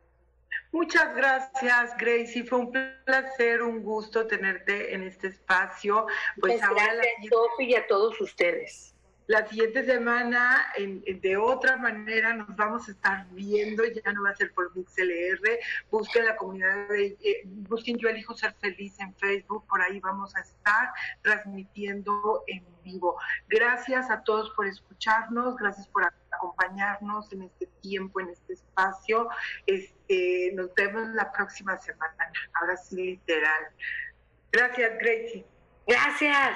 Muchas gracias, Gracie. Fue un placer, un gusto tenerte en este espacio. Pues Muchas ahora gracias, la... Sofi, y a todos ustedes. La siguiente semana, en, en, de otra manera, nos vamos a estar viendo, ya no va a ser por MixLR, busquen la comunidad, de, eh, busquen Yo Elijo Ser Feliz en Facebook, por ahí vamos a estar transmitiendo en vivo. Gracias a todos por escucharnos, gracias por acompañarnos en este tiempo, en este espacio. Este, nos vemos la próxima semana, ahora sí literal. Gracias, Gracie. Gracias.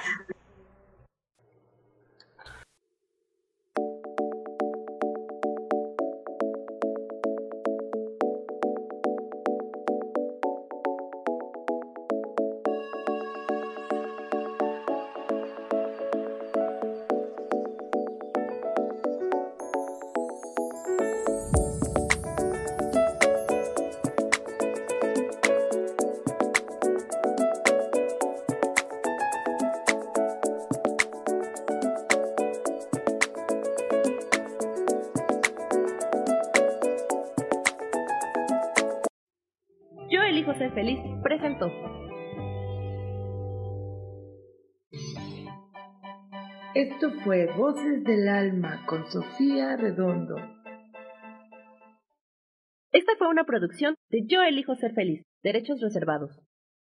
Yo Elijo Ser Feliz presentó. Esto fue Voces del Alma con Sofía Redondo. Esta fue una producción de Yo Elijo Ser Feliz, derechos reservados.